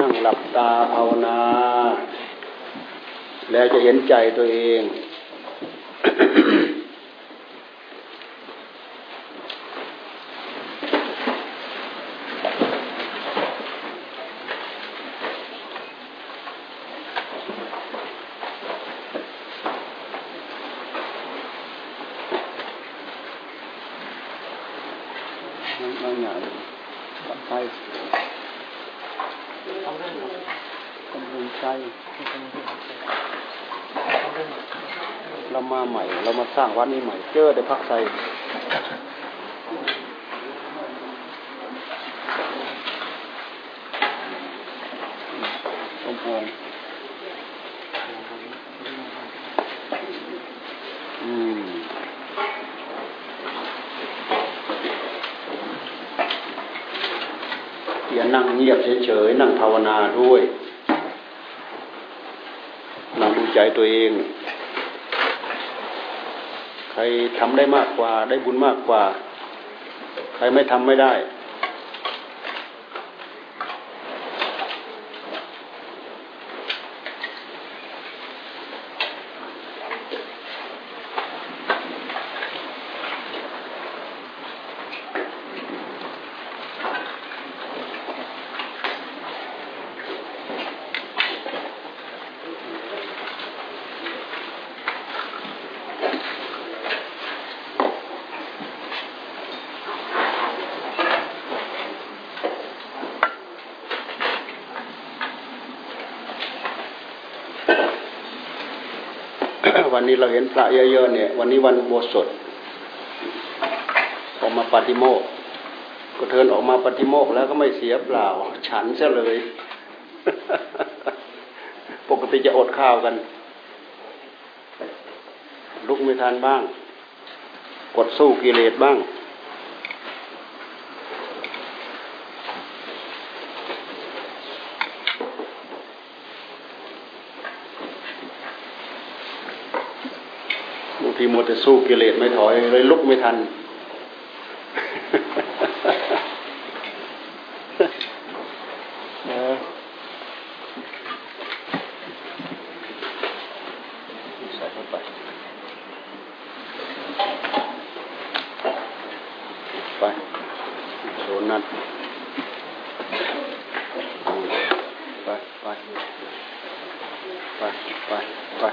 นั่งหลับตาภาวนาแล้วจะเห็นใจตัวเองนั่งหงายตั้งใจกำลังใจเรามาใหม่เรามาสร้างวัดนี้ใหม่เจอได้พักใจต้มพงอย่านั่งเงียบเฉยๆนั่งภาวนาด้วยนั่งดูใจตัวเองใครทำได้มากกว่าได้บุญมากกว่าใครไม่ทำไม่ได้วันนี้เราเห็นพระเยอะๆเนี่ยวันนี้วันอุโบสถออกมาปฏิโมกข์ก็เทินออกมาปฏิโมกข์แล้วก็ไม่เสียเปล่าฉันซะเลย ปกติจะอดข้าวกันลุกไม่ทันบ้างกดสู้กิเลสบ้างที่มัวแต่สู้กิเลสไม่ถอยเลยลุกไม่ทันใส่เข้าไปไปโดนนัดไปไปไปไปไป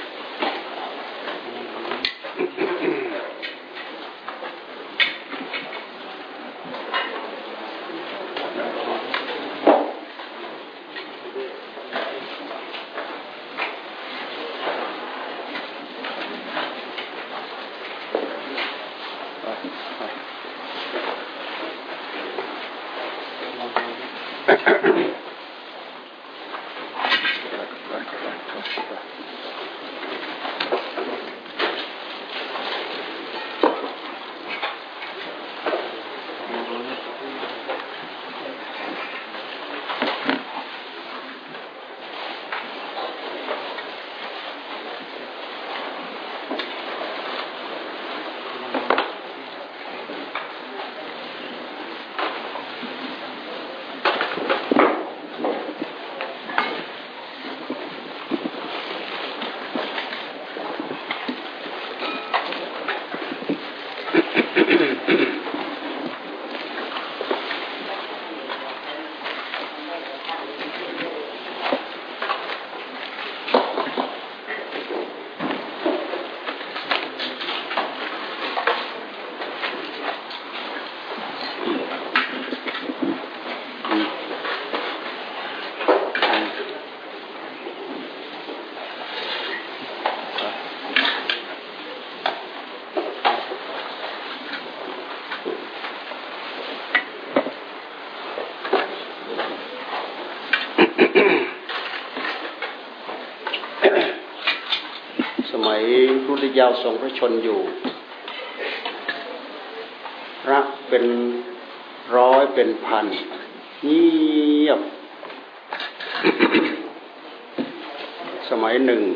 สมัยพระพุทธเจ้าทรงพระชนอยู่พระเป็นร้อยเป็นพันเงียบ สมัยหนึ่ง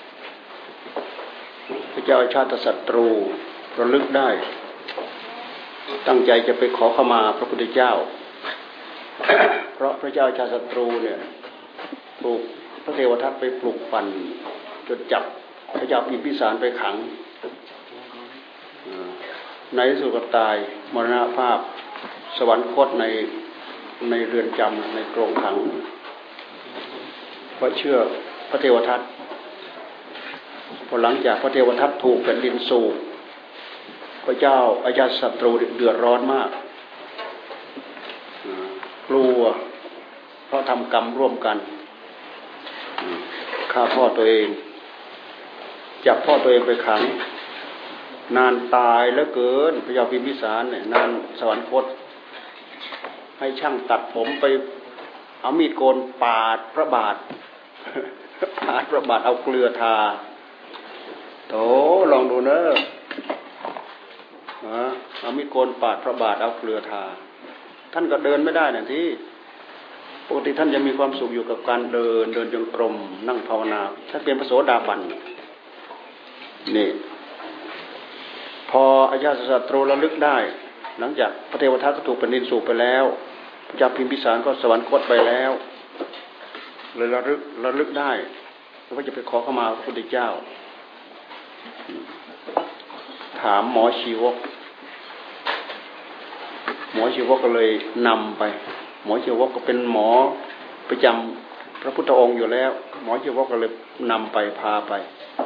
พระเจ้าชาติศัตรูระลึกได้ตั้งใจจะไปขอขมาพระพุทธเจ้าเพราะพระเจ้าชาติศัตรูเนี่ยปลุกพระเทวทัตไปปลุกปั่นจนจับพระเจ้าพิมพิสารไปขังในที่สุดก็ตายมรณภาพสวรรคตในเรือนจำในกรงขังเพราะเชื่อพระเทวทัตพอหลังจากพระเทวทัตถูกแผ่นดินสูบพระเจ้าอาญาศัตรูเดือดร้อนมากกลัวเพราะทำกรรมร่วมกันฆ่าพ่อตัวเองจับพ่อตัวเองไปขังนานตายแล้วเกินพระเจ้าพิมพิสารเนี่ยนานสวรรคตให้ช่างตัดผมไปเอามีดโกนปาดพระบาทปาดพระบาทเอาเกลือทาโถลองดูเนอะเอามีดโกนปาดพระบาทเอาเกลือทาท่านก็เดินไม่ได้นะที่ปกติท่านจะมีความสุขอยู่กับการเดินจงกรมนั่งภาวนาถ้าเป็นพระโสดาบันนี่พออาญาศัตรูระลึกได้หลังจากพระเทวทัตก็ถูกแผ่นดินสูบไปแล้วพระเจ้าพิมพิสารก็สวรรคตไปแล้วเลยระลึกได้ว่าจะไปขอเข้ามาพระพุทธเจ้าถามหมอชีวกก็เลยนำไปหมอชีวกก็เป็นหมอประจำพระพุทธองค์อยู่แล้วหมอชีวกก็เลยนำไปพาไป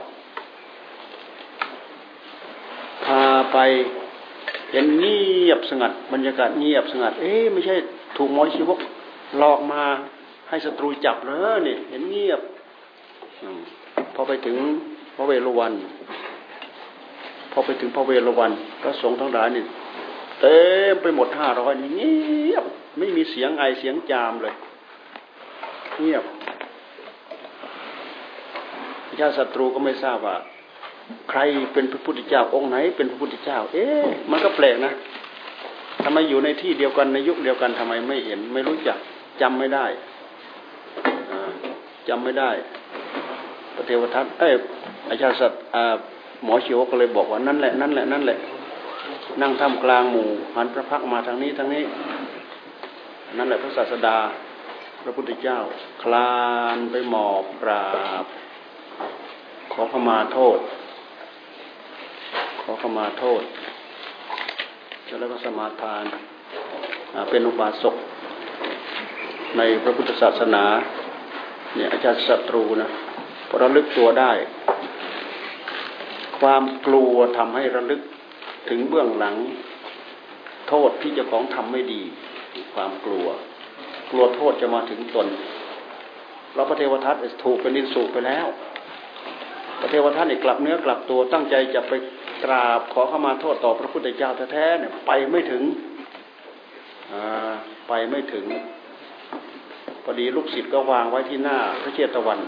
เห็นเงียบสงัดบรรยากาศเงียบสงัดไม่ใช่ถูกหมอชีวกหลอกมาให้ศัตรูจับเลยนี่เห็นเงียบพอไปถึงพระเวฬุวันพระสงฆ์ทั้งหลายนี่เต็มไปหมด500นี่เงียบไม่มีเสียงไอเสียงจามเลยเงียบญาติศัตรูก็ไม่ทราบว่าใครเป็นพระพุทธเจ้าองค์ไหนเป็นพระพุทธเจ้ามันก็แปลกนะทำไมอยู่ในที่เดียวกันในยุคเดียวกันทำไมไม่เห็นไม่รู้จักจำไม่ได้พระเทวทัตอาจารย์สัตหมอชีวกก็เลยบอกว่านั่นแหละนั่งท่ามกลางหมู่หันพระพักมาทางนี้นั่นแหละพระศาสดาพระพุทธเจ้าคลานไปหมอบกราบขอขมาโทษแล้วก็สมาทานเป็นอุบาสกในพระพุทธศาสนาเนี่ยอาจารย์ศัตรูนะพอระลึกตัวได้ความกลัวทำให้ระลึกถึงเบื้องหลังโทษที่เจ้าของทำไม่ดีความกลัวโทษจะมาถึงตนเราพระเทวทัตถูกเป็นดินสูบไปแล้วพระเทวทัตนี่กลับเนื้อกลับตัวตั้งใจจะไปกราบขอเข้ามาโทษต่อพระพุทธเจ้าแท้ๆเนี่ยไปไม่ถึงพอดีลูกศิษย์ก็วางไว้ที่หน้าพระเชตวัน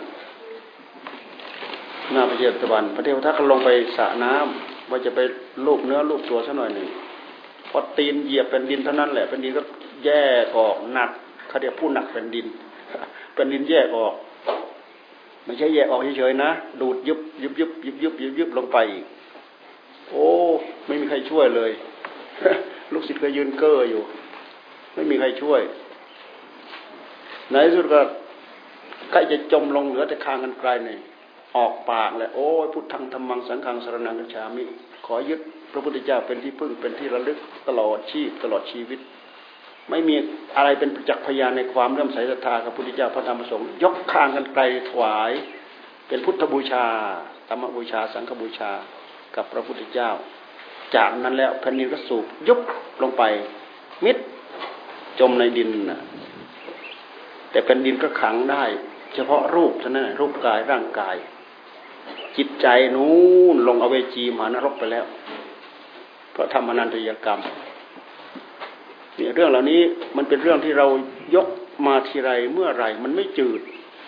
พระเทวทัตก็ลงไปสระน้ำว่าจะไปลูบเนื้อลูบตัวซะหน่อยหนึ่งพอตีนเหยียบเป็นดินเท่านั้นแหละเป็นดินก็แยกออกหนักเขาเรียกผู้หนักเป็นดินแยกออกไม่ใช่แยกออกเฉยๆนะดูดยุบลงไปโอ้ไม่มีใครช่วยเลยลูกศิษย์ก็ยืนเก้ออยู่ไม่มีใครช่วยในที่สุดก็ใกล้จะจมลงเหลือแต่คางกันไกลนี่ออกปากเลยโอ้ยพุทธังธัมมังสังฆังสรณังคัจฉามิขอยึดพระพุทธเจ้าเป็นที่พึ่งเป็นที่ระลึกตลอดชีวิตไม่มีอะไรเป็นประจักษ์พยานในความเลื่อมใสศรัทธากับพระพุทธเจ้าพระธรรมพระสงฆ์ยกคางกันไกลถวายเป็นพุทธบูชาธรรมบูชาสังฆบูชากับพระพุทธเจ้าจากนั้นแล้วแผ่นดินก็สูบยุบลงไปมิดจมในดินน่ะแต่แผ่นดินก็ขังได้เฉพาะรูปเท่านั้นรูปกายร่างกายจิตใจนู้นลงอเวจีมหานรกไปแล้วเพราะทำอนันตริยกรรมเนี่ยเรื่องเหล่านี้มันเป็นเรื่องที่เรายกมาทีไรเมื่อไรมันไม่จืด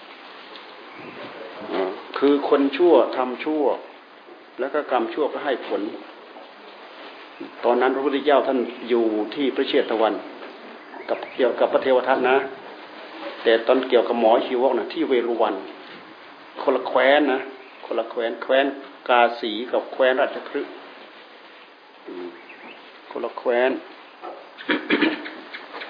คือคนชั่วทำชั่วแล้วก็กรรมชั่วก็ให้ผลตอนนั้นพระพุทธเจ้าท่านอยู่ที่พระเชตวันกับเกี่ยวกับพระเทวทัตนะแต่ตอนเกี่ยวกับหมอชีวกนะที่เวฬุวันคนละแคว้นนะคนละแคว้นกาสีกับแคว้นราชคฤห์คนละแคว้น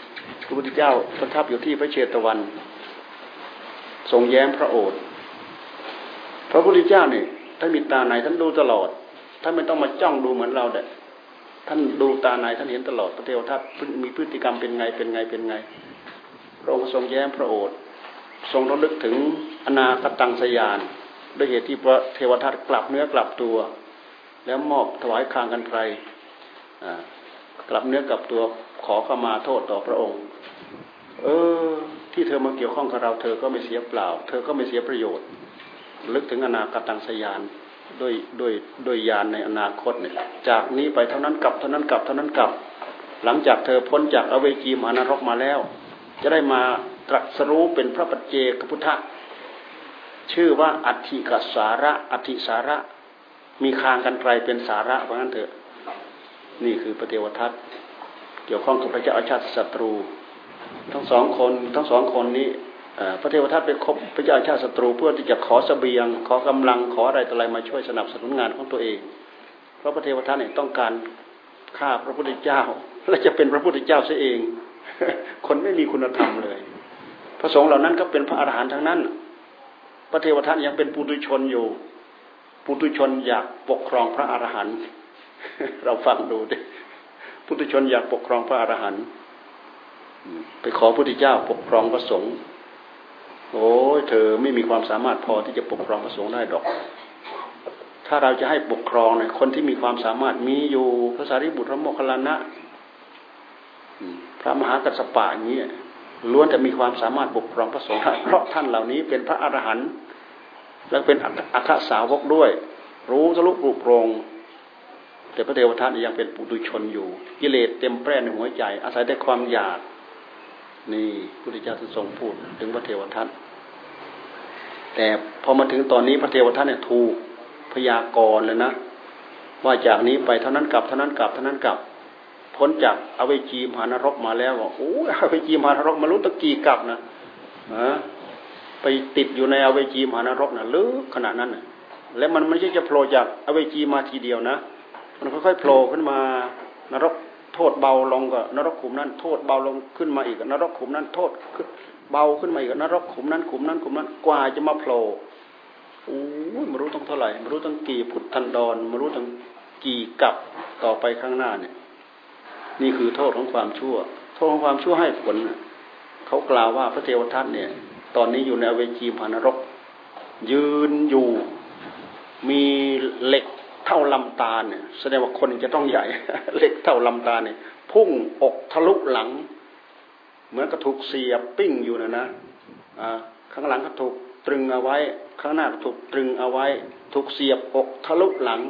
พระพุทธเจ้าประทับอยู่ที่พระเชตวันทรงแย้มพระโอษฐ์พระพุทธเจ้าเนี่ยท่านมีตาในท่านดูตลอดท่านไม่ต้องมาจ้องดูเหมือนเราแต่ท่านดูตาในท่านเห็นตลอดพระเทวทัตมีพฤติกรรมเป็นไงพระองค์ทรงแย้มพระโอษฐ์ทรงระลึกถึงอนาคตังสยานด้วยเหตุที่พระเทวทัตกลับเนื้อกลับตัวแล้วมอบถวายคางกันไพรกลับเนื้อกลับตัวขอเข้ามาโทษต่อพระองค์ที่เธอมาเกี่ยวข้องกับเราเธอก็ไม่เสียเปล่าเธอก็ไม่เสียประโยชน์ลึกถึงอนาคตังสยานด้วยญาณในอนาคตเนี่ยจากนี้ไปเท่านั้นกลับเท่านั้นกลับเท่านั้นกลับหลังจากเธอพ้นจากอเวจีมหานรกมาแล้วจะได้มาตรัสรู้เป็นพระปัจเจกพุทธะชื่อว่าอัตถิกสาระอัตถิสาระมีคางกันไกลเป็นสาระว่างั้นเถอะนี่คือพระเทวทัตเกี่ยวข้องกับพระเจ้าอาชาติศัตรูทั้งสองคนนี้พระเทวทัตไปคบพระเจ้าอาชาติศัตรูเพื่อที่จะขอเสบียงขอกำลังขออะไรต่ออะไรมาช่วยสนับสนุนงานของตัวเองเพราะพระเทวทัตเนี่ยต้องการฆ่าพระพุทธเจ้าและจะเป็นพระพุทธเจ้าเสียเองคนไม่มีคุณธรรมเลยพระสงฆ์เหล่านั้นก็เป็นพระอรหันต์ทั้งนั้นพระเทวทัตยังเป็นปุถุชนอยู่ปุถุชนอยากปกครองพระอรหันต์เราฟังดูดิปุถุชนอยากปกครองพระอรหันต์ไปขอพระพุทธเจ้าปกครองพระสงฆ์โอ้ยเธอไม่มีความสามารถพอที่จะปกครองพระสงฆ์ได้ดอกถ้าเราจะให้ปกครองเนี่ยคนที่มีความสามารถมีอยู่พระสารีบุตรพระโมคคัลลานะพระมหากัสสปะอย่างนี้ล้วนแต่มีความสามารถปกครองพระสงฆ์ได้เพราะท่านเหล่านี้เป็นพระอรหันต์และเป็นอัครสาวกด้วยรู้ทะลุปลุกโปรงแต่พระเทวทัตยังเป็นปุถุชนอยู่กิเลสเต็มแปร่ในหัวใจอาศัยแต่ความอยากนี่พระพุทธเจ้าทรงพูดถึงพระเทวทัตแต่พอมาถึงตอนนี้พระเทวทัตเนี่ยถูกพยากรณ์เลยนะว่าจากนี้ไปเท่านั้นกลับเท่านั้นกลับเท่านั้นกลับพ้นจากอเวจีมหานรกมาแล้วบอกโอ้อเวจีมหานรกมารู้ตะกี้กลับนะไปติดอยู่ในอเวจีมหานรกนะลึกขนาดนั้นนะแล้วมันไม่ใช่จะโผล่จากอเวจีมาทีเดียวนะมันค่อยๆโผล่ขึ้นมานรกโทษเบาลงก็นรกขุมนั้นโทษเบาลงขึ้นมาอีกนรกขุมนั้นโทษเบาขึ้นมาอีกนรกขุมนั้นกว่าจะมาโผล่โอ้ยไม่รู้ต้องเท่าไหร่ไม่รู้ต้องกี่พุทธันดรไม่รู้ต้องกี่กับต่อไปข้างหน้าเนี่ยนี่คือโทษของความชั่วโทษของความชั่วให้ผลเขากล่าวว่าพระเทวทัตเนี่ยตอนนี้อยู่ในอเวจีมหานรกยืนอยู่มีเหล็กเท่าลำตาเนี่ยแสดงว่าคนจะต้องใหญ่เหล็กเท่าลำตาเนี่ยพุ่งอกทะลุหลังเหมือนกระถูกเสียบปิ้งอยู่นะข้างหลังก็ถูกตรึงเอาไว้ข้างหน้าก็ถูกตรึงเอาไว้ถูกเสียบอกทะลุหลัง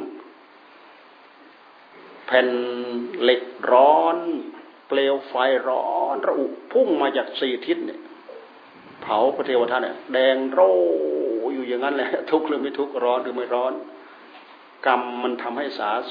แผ่นเหล็กร้อนเปลวไฟร้อนระอุพุ่งมาจากสี่ทิศเนี่ยเผาพระเทวทัตเนี่ยแดงโร่อยู่อย่างนั้นแหละทุกข์หรือไม่ทุกข์ร้อนหรือไม่ร้อนกรรมมันทำให้สะส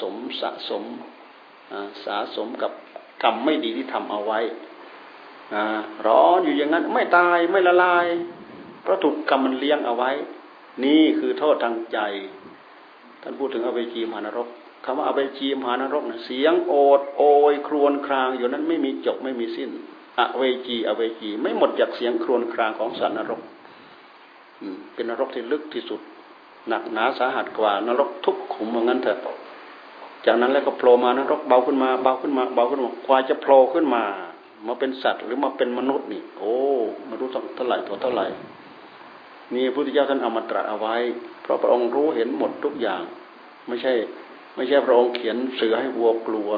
มกับกรรมไม่ดีที่ทำเอาไว้ร้อนอยู่อย่างนั้นไม่ตายไม่ละลายเพราะถูกกรรมมันเลี้ยงเอาไว้นี่คือโทษทางใจท่านพูดถึงอเวจีมหานรกคำว่าอเวจีมหานรกเนี่ยเสียงโอดโอยครวญครางอยู่นั้นไม่มีจบไม่มีสิ้นอเวจีไม่หมดจากเสียงครวญครางของสัตว์นรกเป็นนรกที่ลึกที่สุดหนักหนาสาหัสกว่านรกทุกขุมว่างั้นเถอะจากนั้นแล้วก็โผล่มานรกเบาขึ้นมากว่าจะโผล่ขึ้นมาเป็นสัตว์หรือมาเป็นมนุษย์นี่โอ้ไม่รู้เท่าไหร่นี่พระพุทธเจ้าท่านเอามาตรัสเอาไว้เพราะพระองค์รู้เห็นหมดทุกอย่างไม่ใช่พระองค์เขียนเสือให้วัวกลัว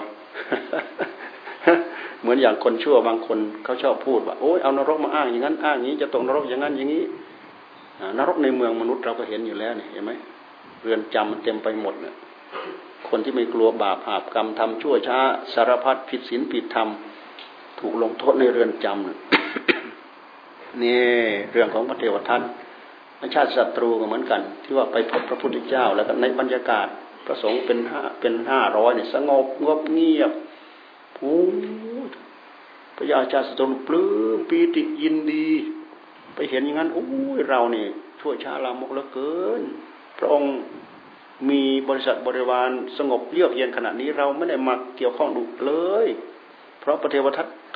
เหมือนอย่างคนชั่วบางคนเขาชอบพูดว่าโอ้ยเอานรกมาอ้างอย่างนั้นอ้างอย่างนี้จะตกนรกอย่างนั้นอย่างนี้นรกในเมืองมนุษย์เราก็เห็นอยู่แล้วนี่เห็นไหมเรือนจำมันเต็มไปหมดเนี่ยคนที่ไม่กลัวบาปอาบกรรมทำชั่วช้าสารพัดผิดศีลผิดธรรมถูกลงโทษในเรือนจำ นี่เรื่องของพระเทวทัตชาติศัตรูก็เหมือนกันที่ว่าไปพบพระพุทธเจ้าแล้วก็ในบรรยากาศพระสงฆ์เป็น500เนี่ยสงบเงียบโอ้พระยาชาติศัตรูปลื้มปีติยินดีไปเห็นอย่างนั้นโอ้ยเราเนี่ยชั่วช้าลามกเหลือเกินพระองค์มีบริษัทบริวารสงบเยือกเย็นขณะนี้เราไม่ได้มาเกี่ยวข้องเลยเพราะพระเทวทัตถ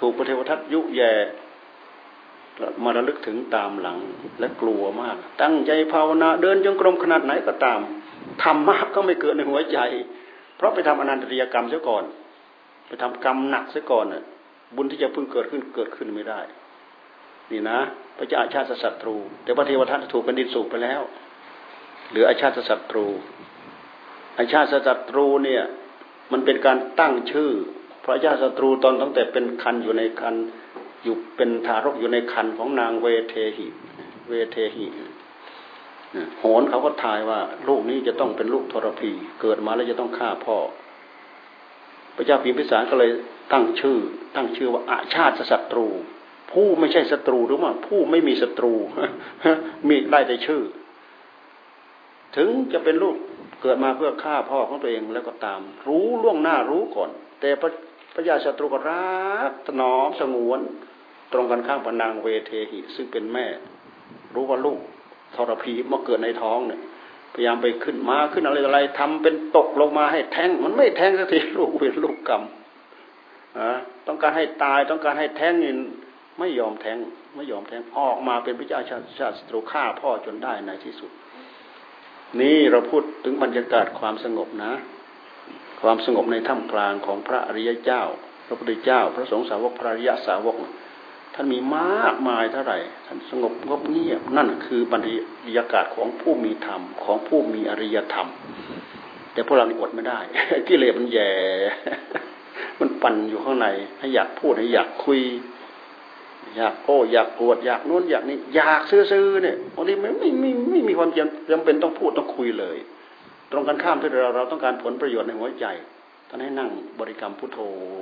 ถูกพระเทวทัตยุแย่มาระลึกถึงตามหลังและกลัวมากตั้งใจภาวนาเดินจงกรมขนาดไหนก็ตามทำมากก็ไม่เกิดในหัวใจเพราะไปทำอนันตริยกรรมเสียก่อนไปทำกรรมหนักเสียก่อนน่ะบุญที่จะเพิ่งเกิดขึ้นไม่ได้นี่นะพระเจ้าอาชาติศัตรูแต่พระเทวทัตถูกแผ่นดินสูบไปแล้วเหลืออาชาติศัตรูอาชาติศัตรูเนี่ยมันเป็นการตั้งชื่อพระอาชาติศัตรูตอนตั้งแต่เป็นคันอยู่ในคันอยู่เป็นทารกอยู่ในคันของนางเวเทหิโหนเขาก็ทายว่าลูกนี้จะต้องเป็นลูกทรพีเกิดมาแล้วจะต้องฆ่าพ่อพระเจ้าพิมพิสารก็เลยตั้งชื่อว่าอาชาติศัตรูผู้ไม่ใช่ศัตรูหรือว่าผู้ไม่มีศัตรูมีได้แต่ชื่อถึงจะเป็นลูกเกิดมาเพื่อฆ่าพ่อของตัวเองแล้วก็ตามรู้ล่วงหน้ารู้ก่อนแต่พระยาศัตรูก็รักถนอมสงวนตรงกันข้ามกับนางเวเทหิซึ่งเป็นแม่รู้ว่าลูกทรพีมาเกิดในท้องเนี่ยพยายามไปขึ้นอะไรทำเป็นตกลงมาให้แท้งมันไม่แท้งสักทีลูกเวรลูกกรรมต้องการให้ตายต้องการให้แท้งนี่ไม่ยอมแท้งออกมาเป็นพระเจ้าชาติศัตรูฆ่าพ่อจนได้ในที่สุดนี่เราพูดถึงบรรยากาศความสงบนะความสงบในท่ามกลางของพระอริยเจ้าพระพุทธเจ้าพระสงฆ์สาวกพระอริยสาวกท่านมีมากมายเท่าไหร่ท่านสงบเงียบนั่นคือบรรยากาศของผู้มีธรรมของผู้มีอริยธรรมแต่พวกเรานี่อดไม่ได้กิเลสมันแย่มันปั่นอยู่ข้างในให้อยากพูดให้อยากคุยอยากโอ้อยากอวดอยากนู้นอยากนี้อยากซื่อๆเนี่ยบางทีไม่มีความจำเป็นต้องพูดต้องคุยเลยตรงกันข้ามที่เราต้องการผลประโยชน์ในหัวใจท่านให้นั่งบริกรรมพุทโธ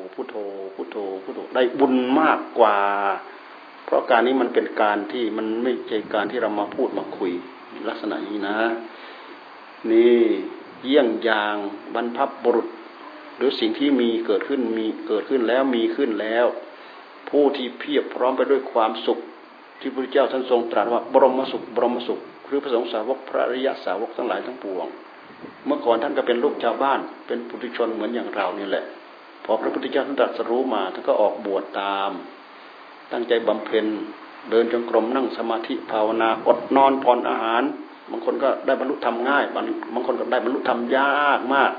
ได้บุญมากกว่าเพราะการนี้มันเป็นการที่มันไม่ใช่การที่เรามาพูดมาคุยลักษณะนี้นะนี่เยี่ยงอย่างบรรพบุรุษหรือสิ่งที่มีเกิดขึ้นแล้วมีขึ้นแล้วผู้ที่เพียบพร้อมไปด้วยความสุขที่พระพุทธเจ้าท่านทรงตรัสว่าบรมสุขหรือพระสงฆ์สาวกพระอริยสาวกทั้งหลายทั้งปวงเมื่อก่อนท่านก็เป็นลูกชาวบ้านเป็นปุถุชนเหมือนอย่างเรานี่แหละพอพระพุทธเจ้าท่านตรัสรู้มาท่านก็ออกบวชตามตั้งใจบำเพ็ญเดินจงกรมนั่งสมาธิภาวนาอดนอนผ่อนอาหารบางคนก็ได้บรรลุธรรมง่ายบางคนก็ได้บรรลุธรรมยากมาก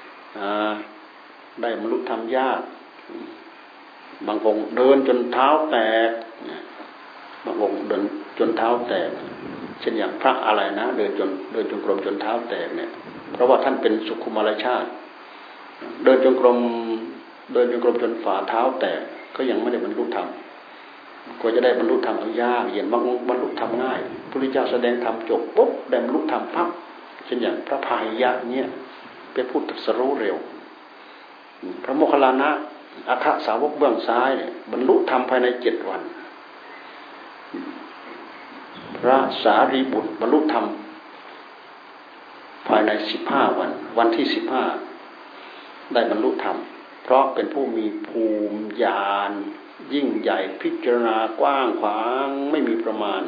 ได้บรรลุธรรมยากบางองค์เดินจนเท้าแตกบางองค์เดินจนเท้าแตกเช่นอย่างพระอะไรนะเดินจงกรมจนเท้าแตกเนี่ยเพราะว่าท่านเป็นสุขุมารชาติเดินจงกรมจนฝ่าเท้าแตกก็ยังไม่ได้บรรลุธรรมกว่าจะได้บรรลุธรรมยากเย็นบางองค์บรรลุธรรมง่ายพระพุทธเจ้าแสดงธรรมจบปุ๊บได้บรรลุธรรมปั๊บเช่นอย่างพระพายยะเนี่ยเป็นผู้ตรัสรู้เร็วพระโมคคัลลานะอัฏฐสาวกเบื้องซ้ายเนี่ยบรรลุธรรมภายใน7 วันพระสารีบุตรบรรลุธรรมภายใน15 วันวันที่15ได้บรรลุธรรมเพราะเป็นผู้มีภูมิญาณยิ่งใหญ่พิจารณากว้างขวางไม่มีประมาณ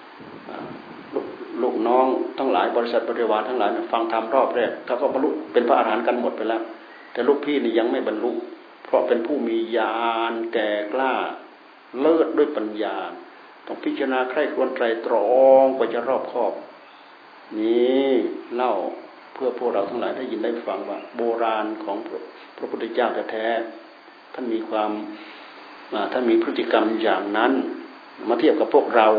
ลูกน้องทั้งหลายบริษัทบริวารทั้งหลายฟังธรรมรอบแรกเขาก็บรรลุเป็นพระอรหันต์กันหมดไปแล้วแต่ลูกพี่นี่ยังไม่บรรลุเพราะเป็นผู้มีญาณแก่กล้าเลิศด้วยปัญญาต้องพิจารณาใคร่ครวญไตรตรองกว่าจะรอบคอบนี่เล่าเพื่อพวกเราทั้งหลายได้ยินได้ฟังว่าโบราณของพระพุทธเจ้าแท้ๆท่านมีท่านมีพฤติกรรมอย่างนั้นมาเทียบกับพวกเรา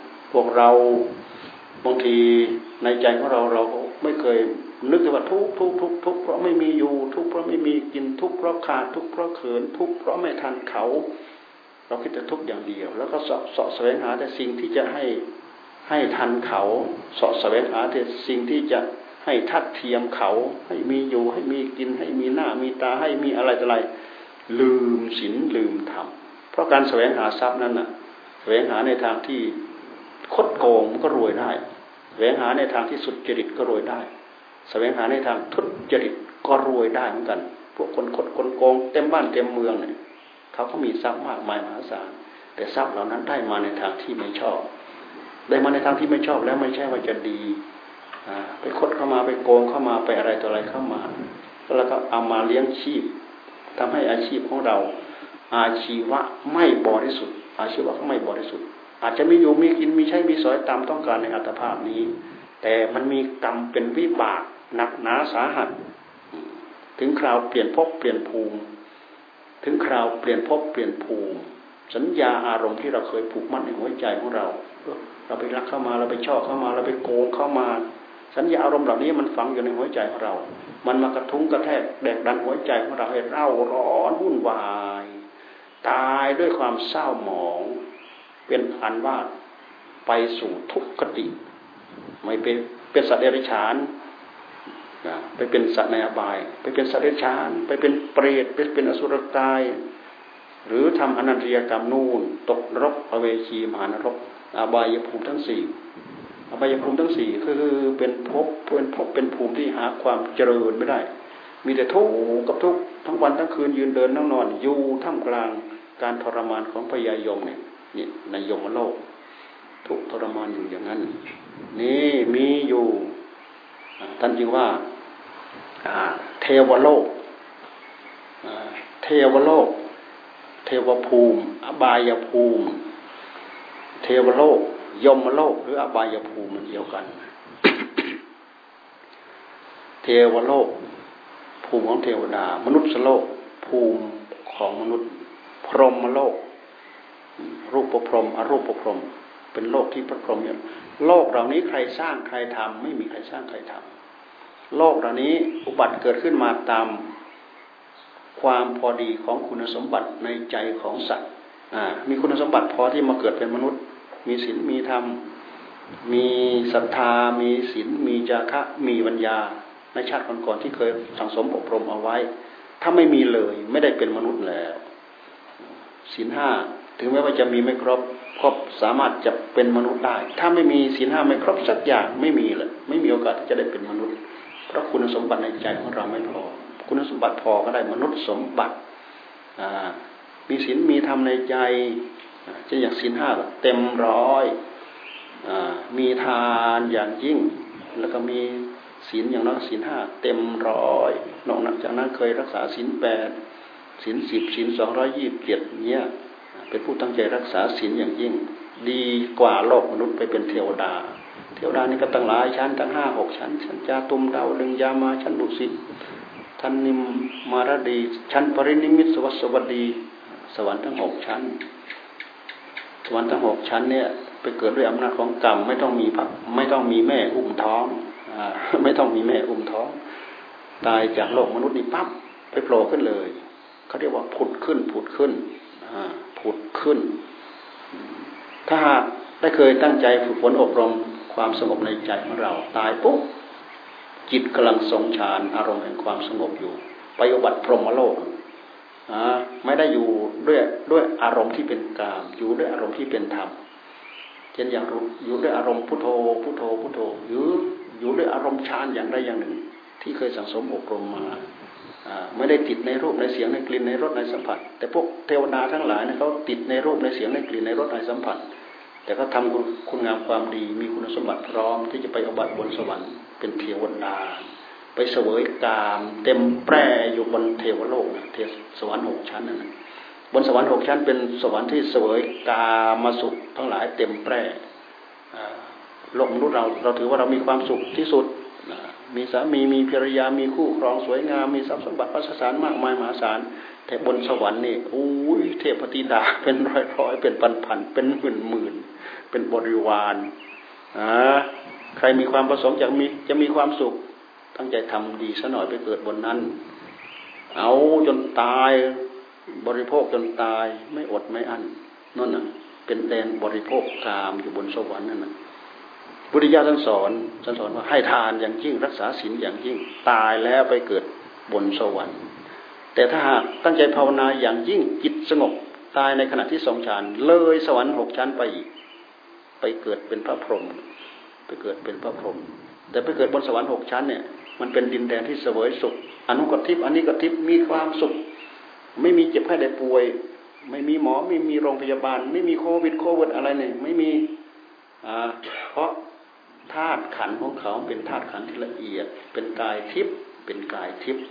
บางทีในใจของเราไม่เคยนึกถึงว่าทุกข์เพราะไม่มีอยู่ทุกข์เพราะไม่มีกินทุกข์เพราะขาดทุกข์เพราะเขินทุกข์เพราะไม่ทันเขาเราคิดแต่ทุกข์อย่างเดียวแล้วก็เสาะแสวงหาแต่สิ่งที่จะให้ทันเขาเสาะแสวงหาแต่สิ่งที่จะให้ทัดเทียมเขาให้มีอยู่ให้มีกินให้มีหน้ามีตาให้มีอะไรต่ออะไรลืมศีลลืมธรรมเพราะการแสวงหาทรัพย์นั้นน่ะแสวงหาในทางที่คดโกงก็รวยได้แสวงหาในทางที่สุจริตก็รวยได้แสวงหาในทางทุจริตก็รวยได้เหมือนกันพวกคนคดคนโกงเต็มบ้านเต็มเมืองเนี่ยเขาก็มีทรัพย์มากมายมหาศาลแต่ทรัพย์เหล่านั้นได้มาในทางที่ไม่ชอบได้มาในทางที่ไม่ชอบแล้วไม่ใช่ว่าจะดีไปคดเข้ามาไปโกงเข้ามาไปอะไรต่ออะไรเข้ามาแล้วก็เอามาเลี้ยงชีพทำให้อาชีพของเราอาชีวะไม่บริสุทธิ์อาชีวะไม่บริสุทธิ์อาจจะมีอยู่มีกินมีใช้มีสอยตามต้องการในอัตภาพนี้แต่มันมีกรรมเป็นวิบากหนักหนาสาหัสถึงคราวเปลี่ยนภพเปลี่ยนภูมิถึงคราวเปลี่ยนภพเปลี่ยนภูมิสัญญาอารมณ์ที่เราเคยผูกมัดในหัวใจของเราไปรักเข้ามาเราไปชอบเข้ามาเราไปโกงเข้ามาสัญญาอารมณ์เหล่านี้มันฝังอยู่ในหัวใจของเรามันมากระทุ้งกระแทกแดกดันหัวใจของเราให้เร่าร้อนวุ่นวายตายด้วยความเศร้าหมองเป็นอันว่าไปสู่ทุกขติไม่เป็นสัตว์เดรัจฉานไปเป็นสัตว์ในอบายไปเป็นสัตว์เดรัจฉานไปเป็นเปรตไปเป็นอสุรกายหรือทำอนันตริยกรรมนู่นตกนรกอเวจีมหานรกอบายภูมิทั้งสี่อบายภูมิทั้งสี่คือเป็นภพเป็นภูมิที่หาความเจริญไม่ได้มีแต่ทุกข์กับทุกข์ทั้งวันทั้งคืนยืนเดินนั่งนอนอยู่ท่ามกลางการทรมานของพยายมเนี่ยนี่ในยมโลกทุกทรมานอยู่อย่างนั้นนี่มีอยู่ท่านจึงว่าเทวโลกเทวโลกเทวภูมิอบายภูมิเทวโลกยมโลกหรืออบายภูมิมันเดียวกัน เทวโลกภูมิของเทวดามนุษย์โลกภูมิของมนุษย์พรหมโลกรูปพรหมอรูปพรหมเป็นโลกที่พระพรหมอยู่โลกเหล่านี้ใครสร้างใครทำไม่มีใครสร้างใครทำโลกเหล่านี้อุบัติเกิดขึ้นมาตามความพอดีของคุณสมบัติในใจของสัตว์มีคุณสมบัติพอที่มาเกิดเป็นมนุษย์มีศีลมีธรรมมีศรัทธามีศีลมีจาคะมีปัญญาในชาติก่อนๆที่เคยสังสมอบรมเอาไว้ถ้าไม่มีเลยไม่ได้เป็นมนุษย์แล้วศีลห้าถึงแม้ว่าจะมีไม่ครบสามารถจะเป็นมนุษย์ได้ถ้าไม่มีศีลห้าไม่ครบสักอย่างไม่มีเลยไม่มีโอกาสที่จะได้เป็นมนุษย์เพราะคุณสมบัติในใจของเราไม่พอคุณสมบัติพอก็ได้มนุษย์สมบัติมีศีลมีธรรมในใจเช่นอย่างศีลห้าเต็มร้อยมีทานอย่างยิ่งแล้วก็มีศีลอย่างน้อยศีลห้าเต็มร้อยนอกจากนั้นเคยรักษาศีลแปดศีล10ศีล227เนี้ยเป็นผู้ตั้งใจรักษาศีลอย่างยิ่งดีกว่าโลกมนุษย์ไปเป็นเทวดาเทวดานี่ก็ตั้งหลายชั้นตั้ง5-6ชั้นชั้นจาตุมดาวดึงยามาชั้นดุสิตชั้นนิมมารดีชั้นปรินิมิตสวัสดีสวรรค์ทั้ง6ชั้นสวรรค์ทั้ง6ชั้นเนี่ยไปเกิดด้วยอำนาจของกรรมไม่ต้องมีแม่อุ้มท้องไม่ต้องมีแม่อุ้มท้องตายจากโลกมนุษย์นี่ปั๊บไปโผล่ขึ้นเลยเขาเรียกว่าผุดขึ้นถ้าหากได้เคยตั้งใจฝึกฝนอบรมความสงบในใจของเราตายปุ๊บจิตกำลังทรงฌานอารมณ์แห่งความสงบอยู่ไปอุบัติพรหมโลกไม่ได้อยู่ด้วยอารมณ์ที่เป็นกามอยู่ด้วยอารมณ์ที่เป็นธรรมเช่นอย่างอยู่ด้วยอารมณ์พุทโธอยู่ด้วยอารมณ์ฌานอย่างใดอย่างหนึ่งที่เคยสังสมอบรมมาไม่ได้ติดในรูปในเสียงในกลิ่นในรสในสัมผัสแต่พวกเทวดาทั้งหลายเขาติดในรูปในเสียงในกลิ่นในรสในสัมผัสแต่เขาทำคุณงามความดีมีคุณสมบัติพร้อมที่จะไปอุบัติบนสวรรค์เป็นเทวดาไปเสวยกามเต็มแปร่อยู่บนเทวโลกเทวสวรรค์6ชั้นนั่นบนสวรรค์6ชั้นเป็นสวรรค์ที่เสวยกามสุขทั้งหลายเต็มแปร่โลกมนุษย์เราถือว่าเรามีความสุขที่สุดมีสามีมีภรรยามีคู่ครองสวยงามมีทรัพย์สมบัติพัสสารมากมายมหาศาลแต่บนสวรรค์นี่โอ้ยเทพธิดาเป็นร้อยเป็นพันเป็นหมื่นเป็นบริวารใครมีความประสงค์จะมีความสุขตั้งใจทำดีซะหน่อยไปเกิดบนนั้นเอาจนตายบริโภคจนตายไม่อดไม่อั้นนั่นน่ะเป็นแดนบริโภคกามอยู่บนสวรรค์นั่นน่ะพุทธิยถาท่านสอนว่าให้ทานอย่างยิ่งรักษาศีลอย่างยิ่งตายแล้วไปเกิดบนสวรรค์แต่ถ้าหากตั้งใจภาวนาอย่างยิ่งจิตสงบตายในขณะที่ทรงฌานเลยสวรรค์6ชั้นไปอีกไปเกิดเป็นพระพรหมไปเกิดเป็นพระพรหมแต่ไปเกิดบนสวรรค์6ชั้นเนี่ยมันเป็นดินแดนที่เสวยสุขอนุกทิพย์อันนี้กทิพย์มีความสุขไม่มีเจ็บไข้ได้ป่วยไม่มีหมอไม่มีโรงพยาบาลไม่มีโควิดอะไรเนี่ยไม่มีเพราะธาตุขันธ์ของเขาเป็นธาตุขันธ์ที่ละเอียดเป็นกายทิพย์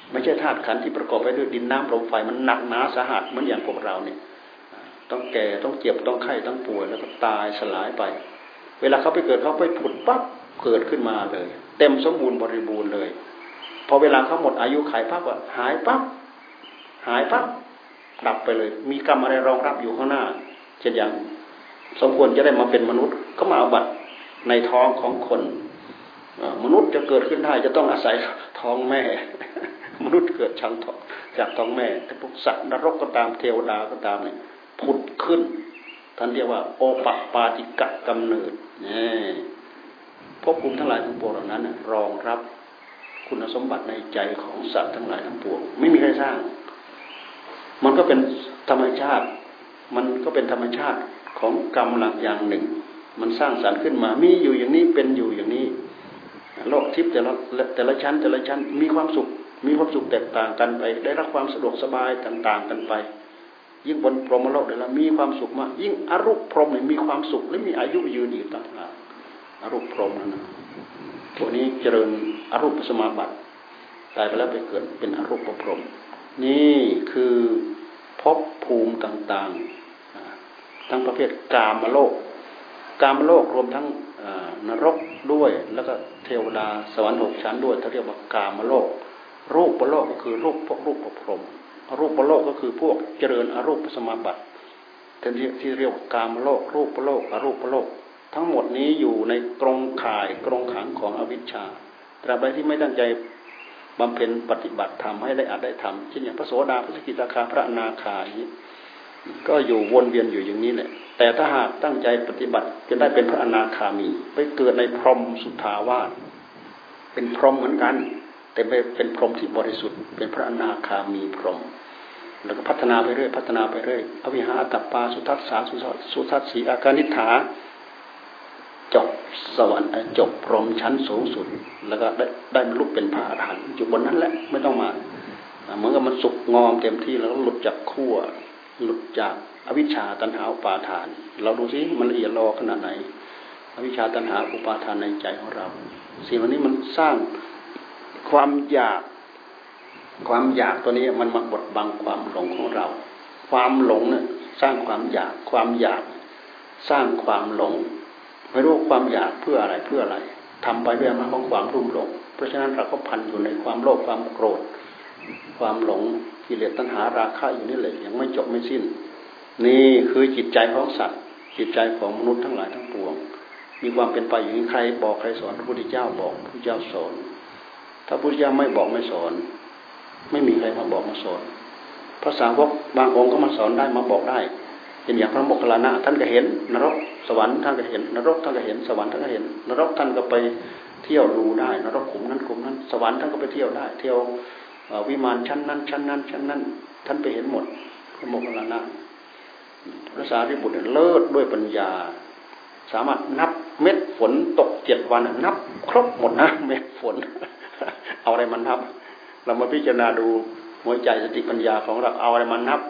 ไม่ใช่ธาตุขันธ์ที่ประกอบไปด้วยดินน้ำลมไฟมันหนักหนาสาหัสเหมือนอย่างพวกเราเนี่ยต้องแก่ต้องเจ็บต้องไข้ต้องป่วยแล้วก็ตายสลายไปเวลาเขาไปเกิดเขาไปผุดปั๊บเกิดขึ้นมาเลยเต็มสมบูรณ์บริบูรณ์เลยพอเวลาเขาหมดอายุขัยปั๊บหายปั๊บหายปั๊บดับไปเลยมีกรรมอะไรรองรับอยู่ข้างหน้าเช่นอย่างสมควรจะได้มาเป็นมนุษย์ก็มาอาบัติในท้องของคนมนุษย์จะเกิดขึ้นได้จะต้องอาศัยท้องแม่มนุษย์เกิดจากท้องแม่แต่พวกสัตว์นรกก็ตามเทวดาก็ตามเนี่ยผุดขึ้นท่านเรียกว่าโอปปาติกะกำเนิดภพภูมิทั้งหลายทั้งปวงเหล่านั้นรองรับคุณสมบัติในใจของสัตว์ทั้งหลายทั้งปวงไม่มีใครสร้างมันก็เป็นธรรมชาติมันก็เป็นธรรมชาติของกรรมหลักอย่างหนึ่งมันสร้างสรรค์ขึ้นมามีอยู่อย่างนี้เป็นอยู่อย่างนี้โลกทิพย์แต่ละชั้นมีความสุขแตกต่างกันไปได้รับความสะดวกสบายต่างๆกันไปยิ่งบนพรหมโลกได้แล้วมีความสุขมากยิ่งอรูปพรหมเนี่ยมีความสุขและมีอายุยืนอีกต่างหากอรูปพรหมนั่นนะตัวนี้เจริญอรูปสมาบัติตายไปแล้วไปเกิดเป็นอรูปพรหมนี่คือภพภูมิต่างๆทั้งประเภทกามโลกรวมทั้งนรกด้วยแล้วก็เทวดาสวรรค์6ชั้นด้วยเขาเรียกว่ากามโลกรูปโลกก็คือรูปพพรหมรูปโลกก็คือพวกเจริญอรูปสมาบัติที่เรียกว่ากามโลกรูปโลกอรูปโลกทั้งหมดนี้อยู่ในกรงข่ายกรงขังของอวิชชาตราบใดที่ไม่ตั้งใจบำเพ็ญปฏิบัติธรรมให้ได้อาจได้ทำเช่นอย่างพระโสดาพระสกิทาคาพระอนาคาอย่างนี้ก็อยู่วนเวียนอยู่อย่างนี้แหละแต่ถ้าหากตั้งใจปฏิบัติจะได้เป็นพระอนาคามีไปเกิดในพรหมสุทธาวาสเป็นพรหมเหมือนกันแต่เป็นพรหมที่บริสุทธิ์เป็นพระอนาคามีพรหมแล้วก็พัฒนาไปเรื่อยอวิหาตัปปาสุทัสสาสุทัสสีอากานิฐาจบสวรรค์จบพรหมชั้นสูงสุดแล้วก็ได้บรรลุเป็นพระอรหันต์อยู่บนนั้นแหละไม่ต้องมาเหมือนกับมันสุกงอมเต็มที่แล้วก็หลุดจากขั้วหลุดจากอวิชชาตัณหาอุปาทานเราดูสิมันละเอียดละออขนาดไหนอวิชชาตัณหาอุปาทานในใจของเราสิ่งเหล่านี้มันสร้างความอยากตัวนี้มันมาบดบังความหลงของเราความหลงเนี่ยสร้างความอยากสร้างความหลงไม่รู้ความอยากเพื่ออะไรทำไปด้วยอำนาจของความรุ่มหลงเพราะฉะนั้นเราก็พันอยู่ในความโลภความโกรธความหลงกิเลสตัณหาราคะอยู่นี่แหละยังไม่จบไม่สิ้นนี่คือจิตใจของสัตว์จิตใจของมนุษย์ทั้งหลายทั้งปวงมีความเป็นไปอย่างนี้ใครบอกใครสอนพระพุทธเจ้าบอกพระพุทธเจ้าสอนถ้าพระพุทธเจ้าไม่บอกไม่สอนไม่มีใครมาบอกมาสอนพระสาวกบางองค์ก็มาสอนได้มาบอกได้เป็นอย่างพระโมคคัลลานะท่านก็เห็นนรกสวรรค์ท่านก็เห็นนรกท่านก็เห็นสวรรค์ท่านก็เห็นนรกท่านก็ไปเที่ยวดูได้นรกขุมนั้นสวรรค์ท่านก็ไปเที่ยวได้เที่ยววิมานชั้นนั้นท่านไปเห็นหมดพระโมคคัลลานะพระสารีบุตรเลิศด้วยปัญญาสามารถนับเม็ดฝนตก7 วันนับครบหมดนะเม็ดฝนเอาอะไรมานับเรามาพิจารณาดูหัวใจสติปัญญาของเราเอาอะไรมานับ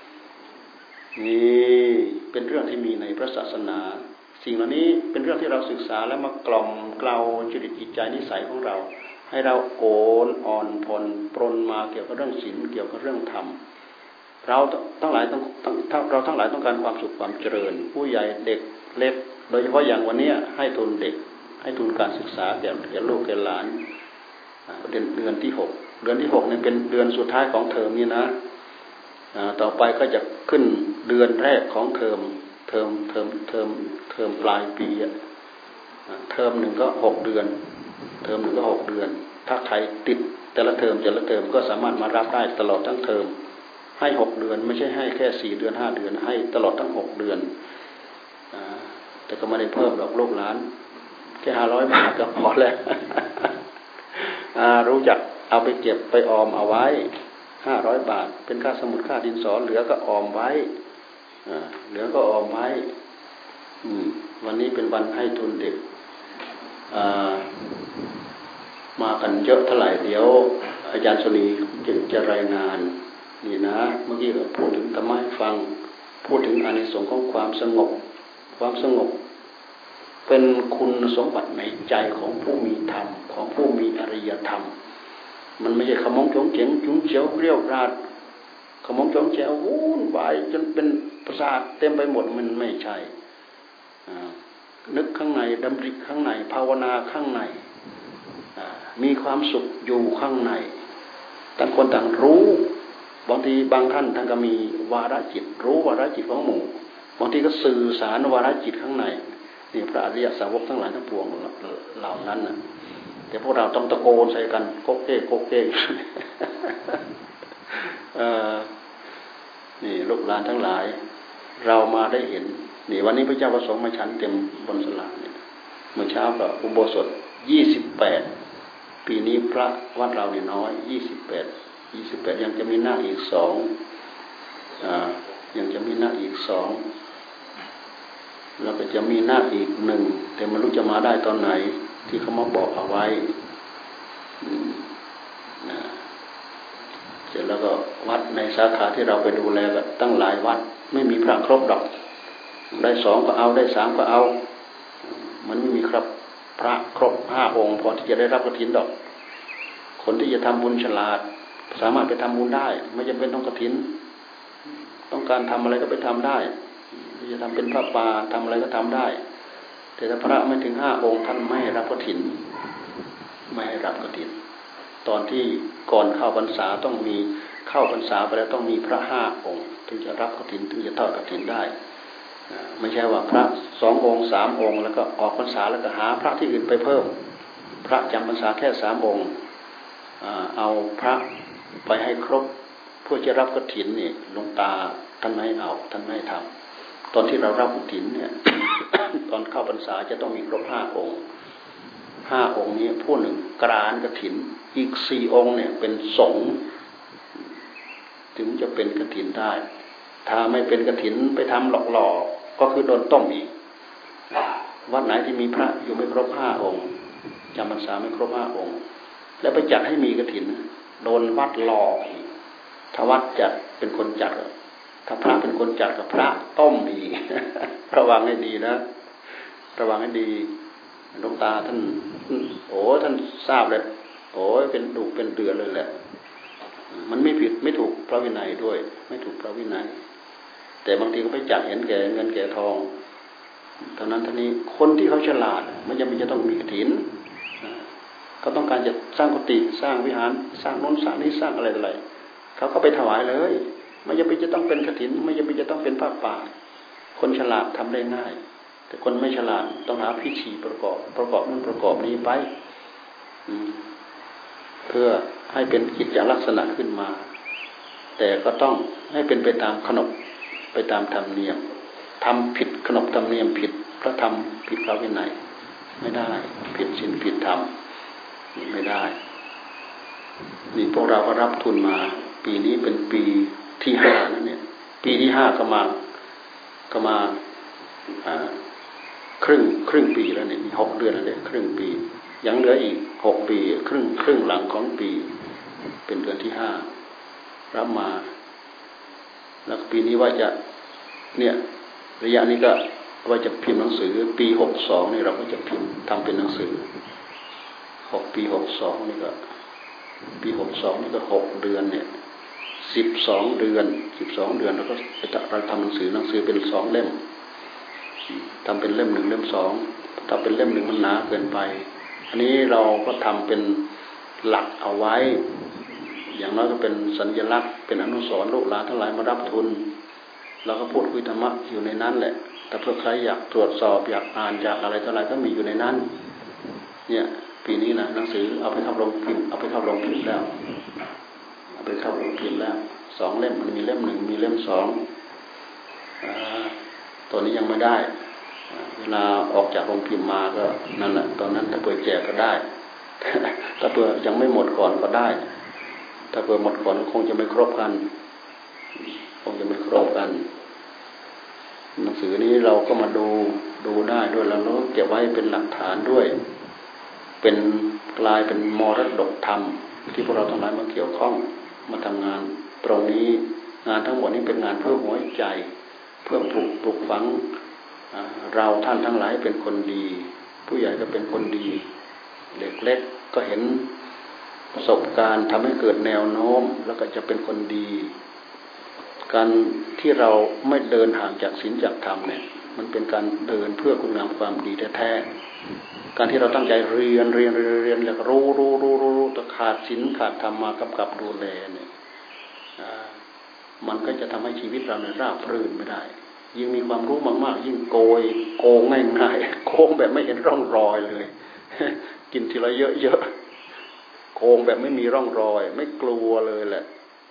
นี่เป็นเรื่องที่มีในพระศาสนาสิ่งเหล่านี้เป็นเรื่องที่เราศึกษาแล้วมากล่อมเกลาจริตจิตใจนิสัยของเราให้เราโอนอ่อนผ่อนปรนมาเกี่ยวกับเรื่องศีลเกี่ยวกับเรื่องธรรมเราทั้งหลายต้องการความสุขความเจริญผู้ใหญ่เด็กเล็กโดยเฉพาะอย่างวันนี้ให้ทุนเด็กให้ทุนการศึกษาแก่ลูกแก่หลานเดือนที่6นี่เป็นเดือนสุดท้ายของเทอมนี่นะต่อไปก็จะขึ้นเดือนแรกของเทอมปลายปีเทอมหนึ่งก็6 เดือนถ้าใครติดแต่ละเทอมก็สามารถมารับได้ตลอดทั้งเทอมให้6 เดือนไม่ใช่ให้แค่4 เดือน5 เดือนให้ตลอดทั้ง6 เดือนแต่ก็ไม่ได้เพิ่มดอกลูกหลานแค่500 บาทก็พอแล้วรู้จักเอาไปเก็บไปออมเอาไว้500 บาทเป็นค่าสมุดค่าดินสอเหลือก็ออมไว้วันนี้เป็นวันให้ทุนเด็กมากันเยอะเท่าไหร่เดี๋ยวอาจารย์สุนีจะรายงานนี่นะเมื่อกี้เราพูดถึงธรรมะให้ฟังพูดถึงอานิสงส์ของความสงบเป็นคุณสมบัติในใจของผู้มีธรรมของผู้มีอริยธรรมมันไม่ใช่ขมงโฉงเฉงจุ๋งเฉียวเรียวกราดขมงโฉงเฉววุ่นวายจนเป็นประสาทเต็มไปหมดมันไม่ใช่นึกข้างในดำริข้างในภาวนาข้างในมีความสุขอยู่ข้างในต่างคนต่างรู้บางทีบางท่านท่านก็มีวาระจิตรู้วาระจิตของหมู่บางทีก็สื่อสารวาระจิตข้างในนี่พระอริยสาวกทั้งหลายทั้งปวงเหล่านั้นนะแต่พวกเราต้องตะโกนใส่กันโกเก้โกเก้นี่ลูกหลานทั้งหลายเรามาได้เห็นนี่วันนี้พระเจ้าประสงค์มาฉันเต็มบนศาลาเนี่ยเมื่อเช้าก็อุโบสถ28ปีนี้พระวัดเราเนี่ยน้อย28ยังจะมีนาคอีก2ยังจะมีนาคอีก2แล้วก็จะมีนาคอีก1แต่ไม่รู้จะมาได้ตอนไหนที่เขามาบอกเอาไว้เสร็จแล้วก็วัดในสาขาที่เราไปดูแลก็ตั้งหลายวัดไม่มีพระครบดอกได้2ก็เอาได้3ก็เอามันไม่มีครับพระครบ5องค์พอที่จะได้รับกฐินดอกคนที่จะทำบุญฉลาดสามารถไปทำบุญได้ไม่จำเป็นต้องกฐินต้องการทำอะไรก็ไปทำได้จะทำเป็นพระป่าทำอะไรก็ทำได้แต่ถ้าพระไม่ถึง5องค์ท่านไม่ให้รับกฐินไม่ให้รับกฐินตอนที่ก่อนเข้าพรรษาต้องมีเข้าพรรษาไปแล้วต้องมีพระ5องค์ถึงจะรับกฐินถึงจะทอดกฐินได้ไม่ใช่ว่าพระ2องค์3องค์แล้วก็ออกพรรษาแล้วก็หาพระที่อื่นไปเพิ่มพระจำพรรษาแค่3องค์เอาพระไปให้ครบเพื่อจะรับกฐินนี่หลวงตาท่านไม่ให้เอาท่านไม่ให้ทำตอนที่เรารับกฐินเนี่ย ตอนเข้าพรรษาจะต้องมีครบ5องค์5องค์นี้ผู้หนึ่งกรานกฐินอีก4องค์เนี่ยเป็นสงฆ์ถึงจะเป็นกฐินได้ถ้าไม่เป็นกฐินไปทำหลอกๆก็คือโดนต้มอีกวัดไหนที่มีพระอยู่ไม่ครบ5องค์จำพรรษาไม่ครบ5องค์แล้วไปจัดให้มีกฐินโดนวัดหลอกอีกถ้าวัดจัดเป็นคนจัดถ้าพระเป็นคนจัดกับพระต้มอีก ระวังให้ดีนะระวังให้ดีหลวงตาท่านโอ้ท่านทราบเลยโอ้เป็นดุเป็นเดือดเลยแหละมันไม่ผิดไม่ถูกพระวินัยด้วยไม่ถูกพระวินัยแต่บางทีก็ไปจัดเห็นแก่เงินแก่ทองเท่านั้นเท่านี้คนที่เขาฉลาดมันจะต้องมีกฐินเขาต้องการจะสร้างกุฏิสร้างวิหารสร้างโน้นสร้างนี้สร้างอะไรเขาก็ไปถวายเลยไม่จำเป็นจะต้องเป็นกฐินไม่จำเป็นจะต้องเป็นผ้าป่าคนฉลาดทำได้ง่ายแต่คนไม่ฉลาดต้องหาพิธีประกอบนั้นประกอบนี้ไปเพื่อให้เป็นกิจลักษณะขึ้นมาแต่ก็ต้องให้เป็นไปตามขนบไปตามธรรมเนียมทำผิดขนบธรรมเนียมผิดพระธรรมผิดพระวินัยไม่ได้ผิดศีลผิดธรรมไม่ได้นี่พวกเราก็รับทุนมาปีนี้เป็นปีที่5แล้วเนี่ยปีที่5ก็มาครึ่งปีแล้วเนี่ย6เดือนแล้วเนี่ยครึ่งปียังเหลืออีก6ปีครึ่งหลังของปีเป็นเดือนที่5รับมาแล้วปีนี้ว่าจะเนี่ยระยะนี้ก็ว่าจะพิมพ์หนังสือปี62นี่เราก็จะพิมพ์ทำเป็นหนังสือปี62นี่ก็ปี62นี่ก็6เดือนเนี่ย12เดือนแล้วก็เราทำหนังสือเป็น2เล่มทำเป็นเล่ม1เล่ม2ถ้าเป็นเล่ม1มันหนาเกินไปอันนี้เราก็ทำเป็นหลักเอาไว้อย่างน้อยก็เป็นสัญลักษณ์เป็นอนุสรณ์ลูกหลานทั้งหลายมารับทุนเราก็พูดคุยธรรมะอยู่ในนั้นแหละแต่เพื่อใครอยากตรวจสอบอยากอ่านอยากอะไรต่ออะไรก็มีอยู่ในนั้นเนี่ยปีนี้นะหนังสือเอาไปเข้าโรงพิมพ์แล้วเอาไปเข้าโรงพิมพ์แล้ว2เล่มมันมีเล่ม1มีเล่ม2ตัวนี้ยังไม่ได้เวลาออกจากโรงพิมพ์มาก็นั่นแหละตอนนั้นถ้าเปิดแจกก็ได้ ถ้าเปิดยังไม่หมดก่อนก็ได้ถ้าเปิดหมดก่อนคงจะไม่ครบกันหนังสือนี้เราก็มาดูได้ด้วยแล้วเราเก็บไว้เป็นหลักฐานด้วยเป็นกลายเป็นมรดกธรรมที่พวกเราทั้งหลายมาเกี่ยวข้องมาทำงานตรงนี้งานทั้งหมดนี้เป็นงานเพื่อหัวใจเพื่อปลูกฝังเราท่านทั้งหลายเป็นคนดีผู้ใหญ่ก็เป็นคนดีเด็กเล็กก็เห็นประสบการณ์ทำให้เกิดแนวโน้มแล้วก็จะเป็นคนดีการที่เราไม่เดินห่างจากศีลจากธรรมเนี่ยมันเป็นการเดินเพื่อคุณงามความดีแท้ๆการที่เราตั้งใจเรียนแล้วก็รู้แต่ขาดศีลขาดธรรมมากำกับดูแลเนี่ยมันก็จะทำให้ชีวิตเราเนี่ยราบรื่นไม่ได้ยิ่งมีความรู้มากๆยิ่งโกงง่ายๆโกงแบบไม่เห็นร่องรอยเลยกินทีละเยอะๆโกงแบบไม่มีร่องรอยไม่กลัวเลยแหละ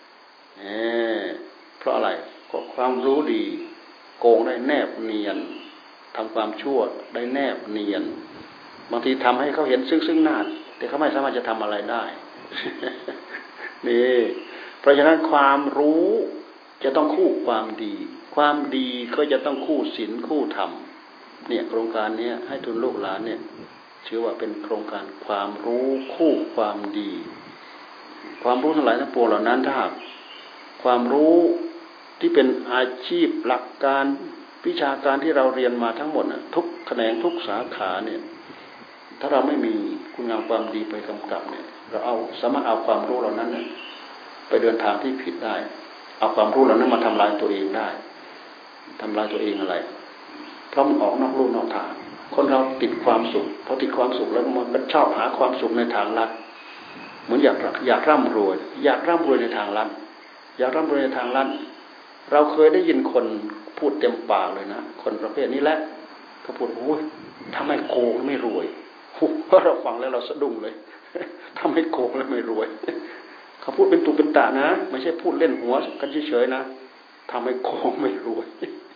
เพราะอะไรก็ความรู้ดีโกงได้แนบเนียนทำความชั่วได้แนบเนียนบางทีทำให้เขาเห็นซึ่งหน้าแต่เขาไม่สามารถจะทำอะไรได้นี่เพราะฉะนั้นความรู้จะต้องคู่ความดีความดีก็จะต้องคู่ศีลคู่ธรรมเนี่ยโครงการนี้ให้ทุนลูกหลานเนี่ยชื่อว่าเป็นโครงการความรู้คู่ความดีความรู้ทั้งหลายทั้งปวงเหล่านั้นถ้าความรู้ที่เป็นอาชีพหลักการวิชาการที่เราเรียนมาทั้งหมดทุกแขนงทุกสาขาเนี่ยถ้าเราไม่มีคุณงามความดีไปกำกับเนี่ยเราสามารถเอาความรู้เหล่านั้นเนี่ยไปเดินทางที่ผิดได้เอาความรู้เหล่านั้นมาทำลายตัวเองได้ทำลายตัวเองอะไรเพราะมันออกนอกลู่นอกทางคนเราติดความสุขพอติดความสุขแล้วมันก็ชอบหาความสุขในทางลัดเหมือนอยากร่ำรวยในทางลัดอยากร่ำรวยในทางลัดเราเคยได้ยินคนพูดเต็มปากเลยนะคนประเภทนี้แหละเขาพูดโอ้ยทำไมโกงไม่รวยเพราะเราฟังแล้วเราสะดุ้งเลยทำไมโกงแล้วไม่รวยเขาพูดเป็นตุเป็นตะนะไม่ใช่พูดเล่นหัวกันเฉยๆนะทำให้โกงไม่รวย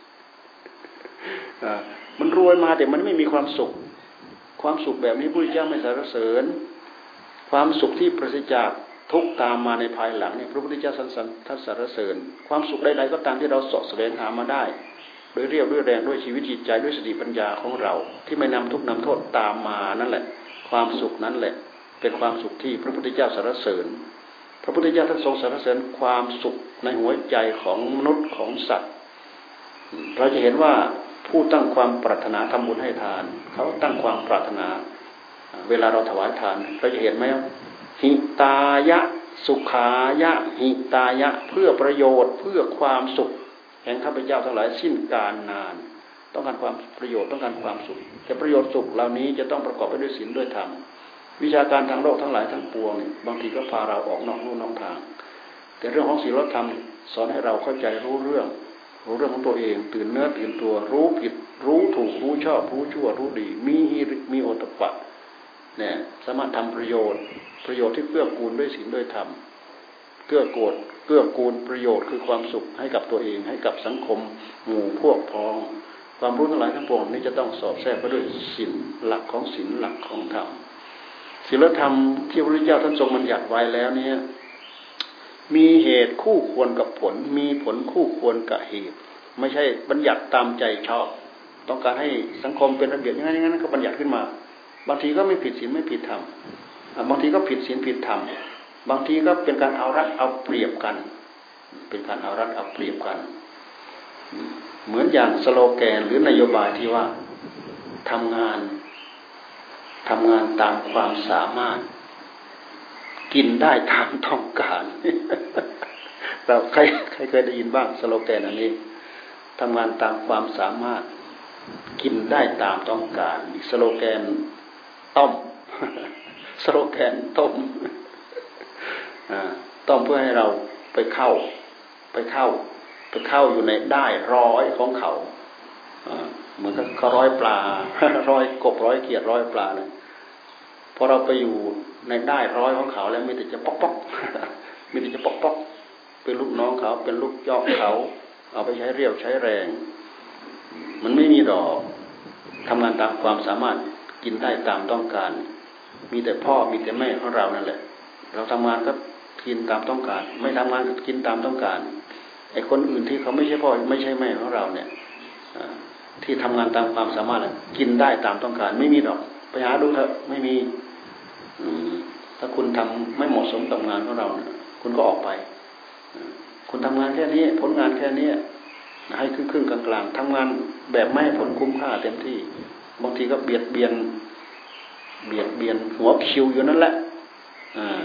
มันรวยมาแต่มันไม่มีความสุขความสุขแบบนี้พระพุทธเจ้าไม่สรรเสริญความสุขที่ปราศจากทุกตามมาในภายหลังเนี่ยพระพุทธเจ้าท่านสรรเสริญความสุขใดๆก็ตามที่เราเสาะแสวงหามาได้โดยเรียวด้วยแรงด้วยชีวิตจิตใจด้วยสติปัญญาของเราที่ไม่นำทุกข์นำโทษตามมานั่นแหละความสุขนั้นแหละเป็นความสุขที่พระพุทธเจ้าสรรเสริญพระพุทธเจ้าท่านทรงสรรเสริญความสุขในหัวใจของมนุษย์ของสัตว์เราจะเห็นว่าผู้ตั้งความปรารถนาทำบุญให้ทานเขาตั้งความปรารถนาเวลาเราถวายทานเราจะเห็นไหมหิตายะสุขายะหิตายะเพื่อประโยชน์เพื่อความสุขแห่งข้าพเจ้าทั้งหลายสิ้นกาลนานต้องการความประโยชน์ต้องการความสุขแต่ประโยชน์สุขเหล่านี้จะต้องประกอบไปด้วยศีลด้วยธรรมวิชาการทางโลกทั้งหลายทั้งปวงบางทีก็พาเราออกนอกลู่นอกทางแต่เรื่องของศีลธรรมสอนให้เราเข้าใจรู้เรื่องของตัวเองตื่นเนื้อตื่นตัวรู้ผิดรู้ถูกรู้ชอบรู้ชั่วรู้ดีมีโอตปะเนี่ยสามารถทำประโยชน์ที่เกื้อกูลด้วยศีลด้วยธรรมเกื้อกูลประโยชน์คือความสุขให้กับตัวเองให้กับสังคมหมู่พวกพ้องความรู้ทั้งหลายทั้งปวงนี้จะต้องสอดแทรกไปด้วยศีลหลักของศีลหลักของธรรมศีลธรรมที่พระพุทธเจ้าท่านทรงบัญญัติไว้แล้วเนี่ยมีเหตุคู่ควรกับผลมีผลคู่ควรกับเหตุไม่ใช่บัญญัติตามใจชอบต้องการให้สังคมเป็นระเบียบอย่างนั้นก็บัญญัติขึ้นมาบางทีก็ไม่ผิดศีลไม่ผิดธรรมบางทีก็ผิดศีลผิดธรรมบางทีก็เป็นการเอารัดเอาเปรียบกันเป็นการเอารัดเอาเปรียบกันเหมือนอย่างสโลแกนหรือนโยบายที่ว่าทำงานตามความสามารถกินได้ตามต้องการเราใครเคยได้ยินบ้างสโลแกนอันนี้ทำงานตามความสามารถกินได้ตามต้องการอีกสโลแกนต้มสโลแกนต้มต้มเพื่อให้เราไปเข้าอยู่ในได้ร้อยของเขาเหมือนกับเขาร้อยปลาร้อยกบร้อยเขียดร้อยปลาเลยพอเราไปอยู่ในได้ร้อยของเขาแล้วมีแต่จะป๊อกมีแต่จะป๊อกเป็นลูกน้องเขาเป็นลูกยอกเขาเอาไปใช้เรี่ยวใช้แรงมันไม่มีดอกทำงานตามความสามารถกินได้ตามต้องการมีแต่พ่อมีแต่แม่ของเรานั่นแหละเราทำงานก็กินตามต้องการไม่ทำงานก็กินตามต้องการไอ้คนอื่นที่เขาไม่ใช่พ่อไม่ใช่แม่ของเราเนี่ยที่ทำงานตามความสามารถกินได้ตามต้องการไม่มีดอกไปหาดูเถอะไม่มีถ้าคุณทำไม่เหมาะสมกับงานของเราเนี่ยคุณก็ออกไปคุณทำงานแค่นี้ผลงานแค่นี้ให้ครึ่งกลางๆทำงานแบบไม่ให้ผลคุ้มค่าเต็มที่บางทีก็เบียดเบียนหัวคิวอยู่นั่นแหละ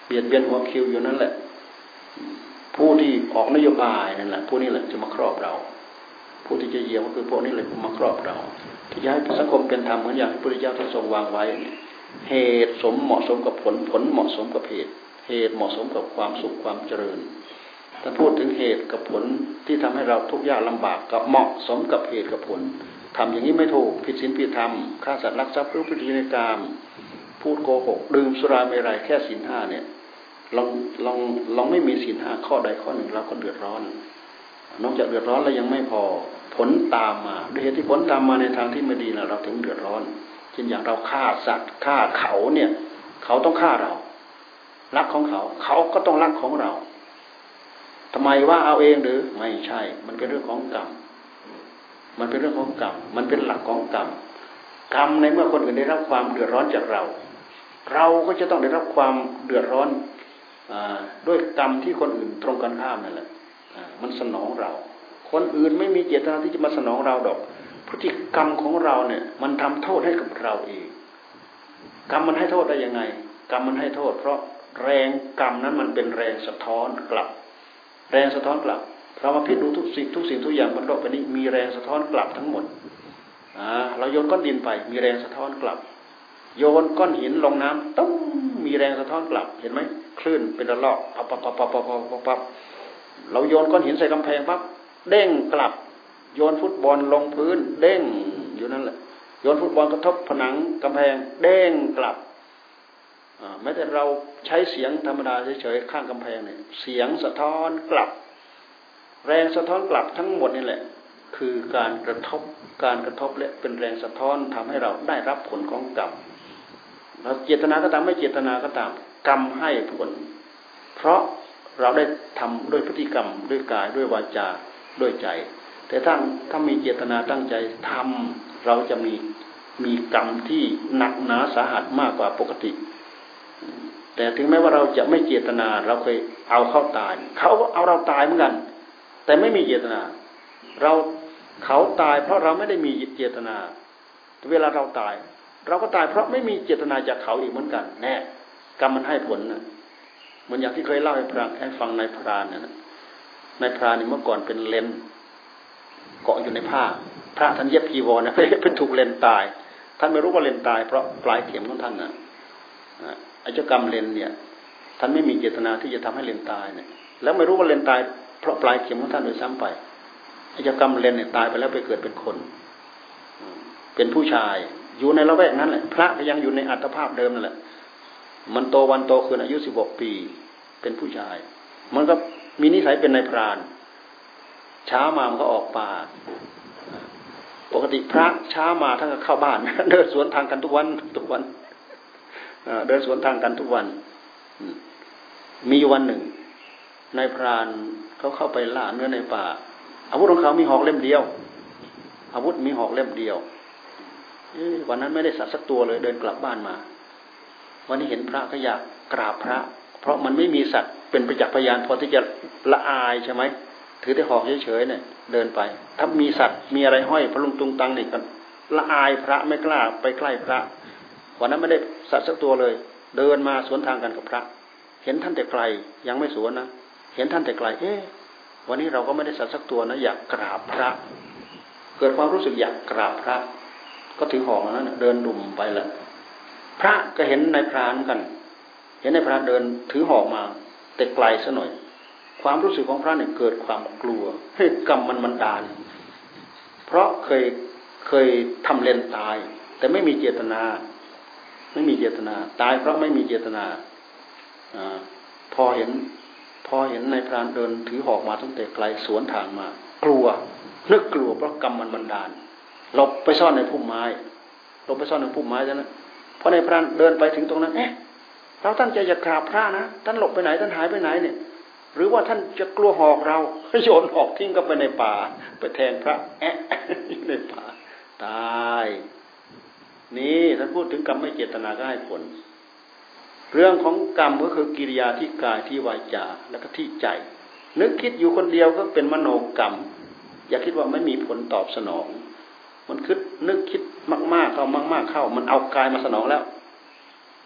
เบียดเบียนหัวคิวอยู่นั่นแหละผู้ที่ออกนโยบายนั่นแหละผู้นี้แหละจะมาครอบเราผู้ที่จะเหยียบก็คือพวกนี้เลยมาครอบเราที่จะให้สังคมเป็นธรรมเหมือนอย่างที่พระพุทธเจ้าท่านทรงวางไว้เหตุสมเหมาะสมกับผลผลเหมาะสมกับเหตุเหตุเหมาะสมกับความสุขความเจริญถ้าพูดถึงเหตุกับผลที่ทำให้เราทุกข์ยากลำบากกับเหมาะสมกับเหตุกับผลทำอย่างนี้ไม่ถูกผิดศีลผิดธรรมฆ่าสัตว์ลักทรัพย์ประพฤติผิดในกามพูดโกหกดื่มสุราเมรัยแค่ศีลห้าเนี่ยลองไม่มีศีลห้าข้อใดข้อหนึ่งเราก็เดือดร้อนนอกจากเดือดร้อนแล้วยังไม่พอผลตามมาด้วยเหตุที่ผลตามมาในทางที่ไม่ดีเราถึงเดือดร้อนเช่นอย่างเราฆ่าสัตว์ฆ่าเขาเนี่ยเขาต้องฆ่าเรารักของเขาเขาก็ต้องรักของเราทำไมว่าเอาเองหรือไม่ใช่มันเป็นเรื่องของกรรมมันเป็นเรื่องของกรรมมันเป็นหลักของกรรมกรรมในเมื่อคนอื่นได้รับความเดือดร้อนจากเราเราก็จะต้องได้รับความเดือดร้อนด้วยกรรมที่คนอื่นตรงกันข้ามนั่นแหละมันสนองเราคนอื่นไม่มีเจตนาที่จะมาสนองเราดอกพฤติกรรมของเราเนี่ยมันทำโทษให้กับเราเองกรรมมันให้โทษได้ยังไงกรรมมันให้โทษเพราะแรงกรรมนั้นมันเป็นแรงสะท้อนกลับแรงสะท้อนกลับเรามาพิจารณาทุกสิ่งทุกอย่างบนโลกใบนี้มีแรงสะท้อนกลับทั้งหมดเราโยนก้อนดินไปมีแรงสะท้อนกลับโยนก้อนหินลงน้ำต้องมีแรงสะท้อนกลับเห็นไหมคลื่นเป็นระลอกปั๊บเราโยนก้อนหินใส่กำแพงปั๊บเด้งกลับโยนฟุตบอลลงพื้นเด้งอยู่นั่นแหละโยนฟุตบอลกระทบผนังกำแพงเด้งกลับแม้แต่เราใช้เสียงธรรมดาเฉยๆข้างกำแพงเนี่ยเสียงสะท้อนกลับแรงสะท้อนกลับทั้งหมดนี่แหละคือการกระทบและเป็นแรงสะท้อนทำให้เราได้รับผลของกรรมเราเจตนาก็ตามไม่เจตนาก็ตามกรรมให้ผลเพราะเราได้ทำด้วยพฤติกรรมด้วยกายด้วยวาจาด้วยใจแต่ถ้ามีเจตนาตั้งใจทำเราจะมีกรรมที่หนักหนาสาหัสมากกว่าปกติแต่ถึงแม้ว่าเราจะไม่เจตนาเราเคยเอาเข้าตายเขาก็เอาเราตายเหมือนกันแต่ไม่มีเจตนาเขาตายเพราะเราไม่ได้มีเจตนาเวลาเราตายเราก็ตายเพราะไม่มีเจตนาจากเขาอีกเหมือนกันแน่กรรมมันให้ผลนะเหมือนอย่างที่เคยเล่าให้ฟังในพรานนะในพรานนี่เมื่อก่อนเป็นเลนเกาะอยู่ในผ้าพระท่านเย็บจีวรนะเป็นถูกเลนตายท่านไม่รู้ว่าเลนตายเพราะปลายเข็มของท่านนะไอ้เจ้ากรรมเลนเนี่ยท่านไม่มีเจตนาที่จะทำให้เลนตายเนี่ยแล้วไม่รู้ว่าเลนตายเพราะปลายเข็มของท่านโดยซ้ำไปไอ้เจ้ากรรมเลนเนี่ยตายไปแล้วไปเกิดเป็นคนเป็นผู้ชายอยู่ในละแวกนั้นแหละพระก็ยังอยู่ในอัตภาพเดิมนั่นแหละมันโตวันโตขึ้นอายุ16 ปีเป็นผู้ชายมันก็มีนิสัยเป็นนายพรานเช้ามามันก็ออกป่าปกติพระเช้ามาท่านก็เข้าบ้านเดินสวนทางกันทุกวันเดินสวนทางกันทุกวันมีวันหนึ่งนายพรานเขาเข้าไปล่าเนื้อในป่าอาวุธของเขามีหอกเล่มเดียวอาวุธมีหอกเล่มเดียววันนั้นไม่ได้สัตว์สักตัวเลยเดินกลับบ้านมาวันนี้เห็นพระก็อยากกราบพระเพราะมันไม่มีสัตว์เป็นประจักษ์พยานพอที่จะละอายใช่ไหมถือแต่หอกเฉยๆเนี่ยเดินไปถ้ามีสัตว์มีอะไรห้อยพลุงตุงตังนี่กันละอายพระไม่กล้าไปใกล้พระวันนั้นไม่ได้สัตว์สักตัวเลยเดินมาสวนทางกันกับพระเห็นท่านแต่ไกลยังไม่สวนนะเห็นท่านแต่ไกลวันนี้เราก็ไม่ได้สัตว์สักตัวนะอยากกราบพระเกิดความรู้สึกอยากกราบพระก็ถือหอกนั้นเดินดุ่มไปแหละพระก็เห็นนายพรานกันเห็นนายพรานเดินถือหอกมาแต่ไกลซะหน่อยความรู้สึกของพระเนี่ยเกิดความกลัวให้กรรมมันบันดาลเพราะเคยทำเลนตายแต่ไม่มีเจตนาตายเพราะไม่มีเจตนาพอเห็นนายพรานเดินถือหอกมาตั้งแต่ไกลสวนทางมากลัวนึกกลัวเพราะกรรมมันบันดาลหลบไปซ่อนในพุ่มไม้ใช่ไหมพอในพรานเดินไปถึงตรงนั้นเราตั้งใจจะกราบพระนะท่านหลบไปไหนท่านหายไปไหนเนี่ยหรือว่าท่านจะกลัวหอกเราโยนหอกทิ้งก็ไปในป่าไปแทงพระในป่าตายนี่ท่านพูดถึงกรรมไม่เจตนาก็ให้ผลเรื่องของกรรมก็คือกิริยาที่กายที่วาจาแล้วก็ที่ใจนึกคิดอยู่คนเดียวก็เป็นมโนกรรมอย่าคิดว่าไม่มีผลตอบสนองมันนึกคิดมากๆเข้ามันเอากายมาสนองแล้ว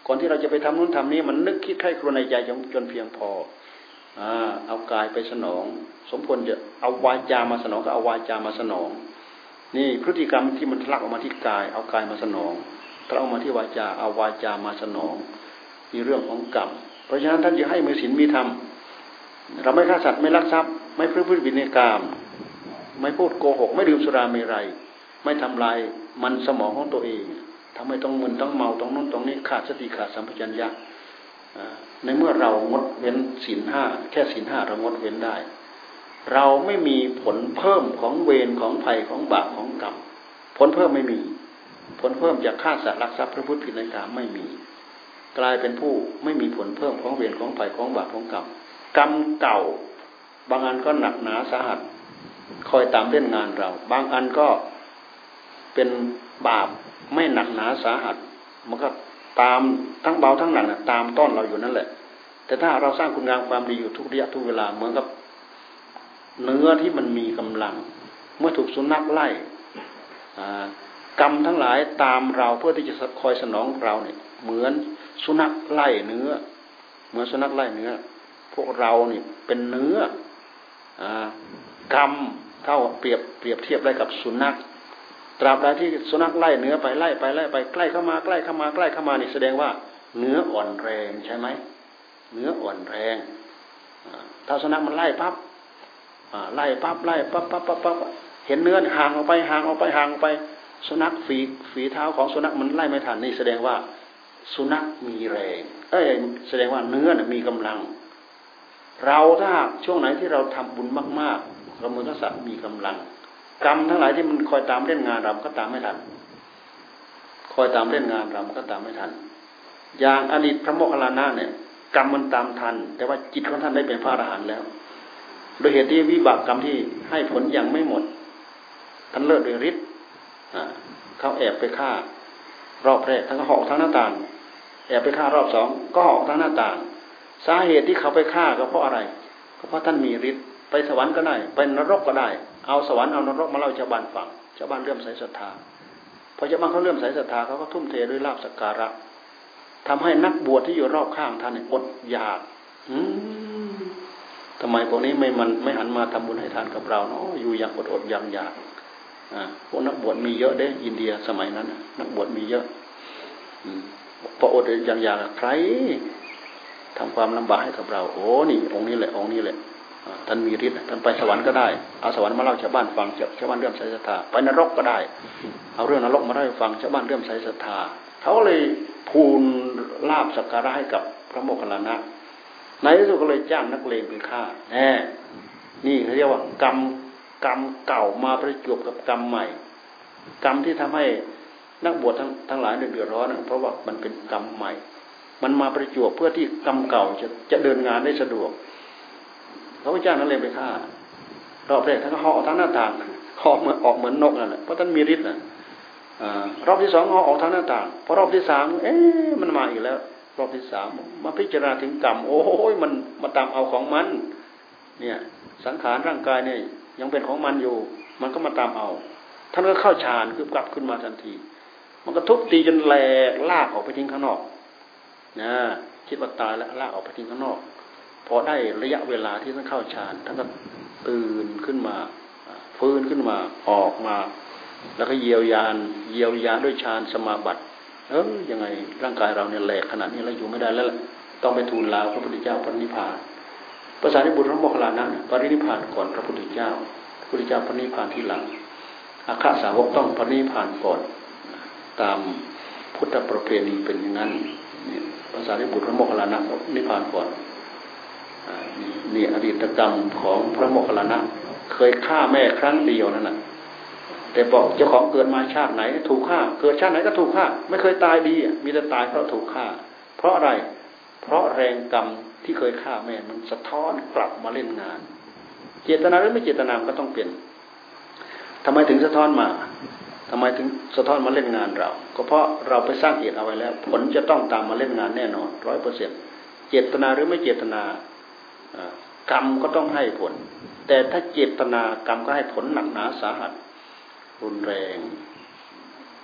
ก่อนที่เราจะไปทำนู้นทำนี้มันนึกคิดใคร่ครวญในใจจนเพียงพอเอากายไปสนองสมควรจะเอาวาจามาสนองก็เอาวาจามาสนองนี่พฤติกรรมที่มันทะลักออกมาที่กายเอากายมาสนองทะลักออกมาที่วาจาเอาวาจามาสนองมีเรื่องของกรรมเพราะฉะนั้นท่านจะให้มีศีลมีธรรมเราไม่ฆ่าสัตว์ไม่ลักทรัพย์ไม่พฤติผิดในกามไม่พูดโกหกไม่ดื่มสุราเมรัยไม่ทำลายมันสมองของตัวเองทำให้ต้องมึนต้องเมาต้องนู้นต้องนี้ขาดสติขาดสัมปชัญญะในเมื่อเรางดเว้นศีลห้าแค่ศีลห้าเรางดเว้นได้เราไม่มีผลเพิ่มของเวรของภัยของบาปของกรรมผลเพิ่มไม่มีผลเพิ่มจากฆ่าสัตว์ลักทรัพย์ประพฤติผิดในกามไม่มีกลายเป็นผู้ไม่มีผลเพิ่มของเวรของภัยของบาปของกรรมกรรมเก่าบางอันก็หนักหนาสาหัสคอยตามเล่นงานเราบางอันก็เป็นบาปไม่หนักหนาสาหัสมันก็ตามทั้งเบาทั้งหนักตามต้อนเราอยู่นั่นแหละแต่ถ้าเราสร้างคุณงามความดีอยู่ทุกระยะทุกเวลาเหมือนกับเนื้อที่มันมีกำลังเมื่อถูกสุนัขไล่กรรมทั้งหลายตามเราเพื่อที่จะคอยสนองเราเนี่ยเหมือนสุนัขไล่เนื้อเหมือนสุนัขไล่เนื้อพวกเราเนี่ยเป็นเนื้อกรรมเท่าเปรียบเทียบได้กับสุนัขตราบใดที่สุนัขไล่เนื้อไปไล่ไปใกล้เข้ามาใกล้เข้ามาใกล้เข้ามานี่แสดงว่าเนื้ออ่อนแรงใช่ไหมเนื้ออ่อนแรงถ้าสุนัขมันไล่ปั๊บไล่ปั๊บเห็นเนื้อห่างออกไปสุนัขฝีเท้าของสุนัขมันไล่ไม่ทันนี่แสดงว่าสุนัขมีแรงแสดงว่าเนื้อมีกำลังเราถ้าช่วงไหนที่เราทำบุญมากๆเราเหมือนกับสัตว์มีกำลังกรรมทั้งหลายที่มันคอยตามเล่นงานเราก็ตามไม่ทันคอยตามเล่นงานเราก็ตามไม่ทันอย่างอดีตพระโมคคัลลานะเนี่ยกรรมมันตามทันแต่ว่าจิตของท่านได้เป็นพระอรหันต์แล้วโดยเหตุที่วิบากกรรมที่ให้ผลยังไม่หมดท่านเลิศด้วยฤทธิ์เขาแอบไปฆ่ารอบแรกท่านก็เหาะทางหน้าต่างแอบไปฆ่ารอบสองก็เหาะทางหน้าต่างสาเหตุที่เขาไปฆ่าก็เพราะอะไรก็เพราะท่านมีฤทธิ์ไปสวรรค์ก็ได้ไปนรกก็ได้เอาสวรรค์เอานรกมาเล่าชาวบ้านฟังชาวบ้านเลื่อมใสศรัทธาพอชาวบ้านเขาเลื่อมใสศรัทธาเขาก็ทุ่มเทด้วยลาภสักการะทำให้นักบวชที่อยู่รอบข้างท่านอดอยากทำไมพวกนี้ไม่หันมาทำบุญให้ทานกับเราเนาะอยู่อย่างอดอยากพวกนักบวชมีเยอะเด้อินเดียสมัยนั้นนักบวชมีเยอะพออดอยากใครทำความลำบากให้กับเราโอ้นี่องค์นี้แหละท่านมีฤทธิ์ท่านไปสวรรค์ก็ได้เอาสวรรค์มาเล่าชาวบ้านฟังชาวบ้านเลื่อมใสศรัทธาไปนรกก็ได้เอาเรื่องนรกมาเล่าให้ฟังชาวบ้านเลื่อมใสศรัทธาเขาเลยพูนลาภสักการะให้กับพระโมคคัลลานะในที่สุดก็เลยจ้างนักเลงไปฆ่านี่เขาเรียกว่ากรรมเก่ามาประจวบกับกรรมใหม่กรรมที่ทำให้นักบวชทั้งหลายเดือดร้อนเพราะว่ามันเป็นกรรมใหม่มันมาประจวบเพื่อที่กรรมเก่าจะเดินงานได้สะดวกเขาไปจ้างนักเลงไปฆ่ารอบแรกท่านก็เหาะทางหน้าต่างเหาะออกเหมือนนกนั่นแหละเพราะท่านมีฤทธิ์รอบที่สองเหาะออกทางหน้าต่างพอรอบที่สามมันมาอีกแล้วรอบที่สามมาพิจารณาถึงกรรมโอ้ยมันมาตามเอาของมันเนี่ยสังขารร่างกายเนี่ยยังเป็นของมันอยู่มันก็มาตามเอาท่านก็เข้าฌานคือกลับขึ้นมาทันทีมันก็ทุบตีจนแหลกลากออกไปทิ้งข้างนอกคิดว่าตายแล้วลากออกไปทิ้งข้างนอกพอได้ระยะเวลาที่ท่านเข้าฌานท่านก็ตื่นขึ้นมาฟื้นขึ้นมาออกมาแล้วก็เยียวยาด้วยฌานสมาบัติยังไงร่างกายเราเนี่ยแหลกขนาดนี้แล้วอยู่ไม่ได้แล้วต้องไปทูลลาพระพุทธเจ้าปรินิพพานภาษาที่บุตรพระโมคคัลลานะปรินิพพานก่อนพระพุทธเจ้าพระพุทธเจ้าปรินิพพานทีหลังอาคาสาวกต้องปรินิพพานก่อนตามพุทธประเพณีเป็นอย่างนั้นภาษาที่บุตรพระโมคคัลลานะนิพพานก่อนนี่อดีตกรรมของพระโมคคัลลานะเคยฆ่าแม่ครั้งเดียวนั่นแหละแต่บอกเจ้าของเกิดมาชาติไหนถูกฆ่าเกิดชาติไหนก็ถูกฆ่าไม่เคยตายดีมีแต่ตายเพราะถูกฆ่าเพราะอะไรเพราะแรงกรรมที่เคยฆ่าแม่มันสะท้อนกลับมาเล่นงานเจตนาหรือไม่เจตนาก็ต้องเปลี่ยนทำไมถึงสะท้อนมาทำไมถึงสะท้อนมาเล่นงานเราก็เพราะเราไปสร้างเหตุเอาไว้แล้วผลจะต้องตามมาเล่นงานแน่นอน 100% เจตนาหรือไม่เจตนากรรมก็ต้องให้ผลแต่ถ้าเจตนากรรมก็ให้ผลหนักหนาสาหัสรุนแรง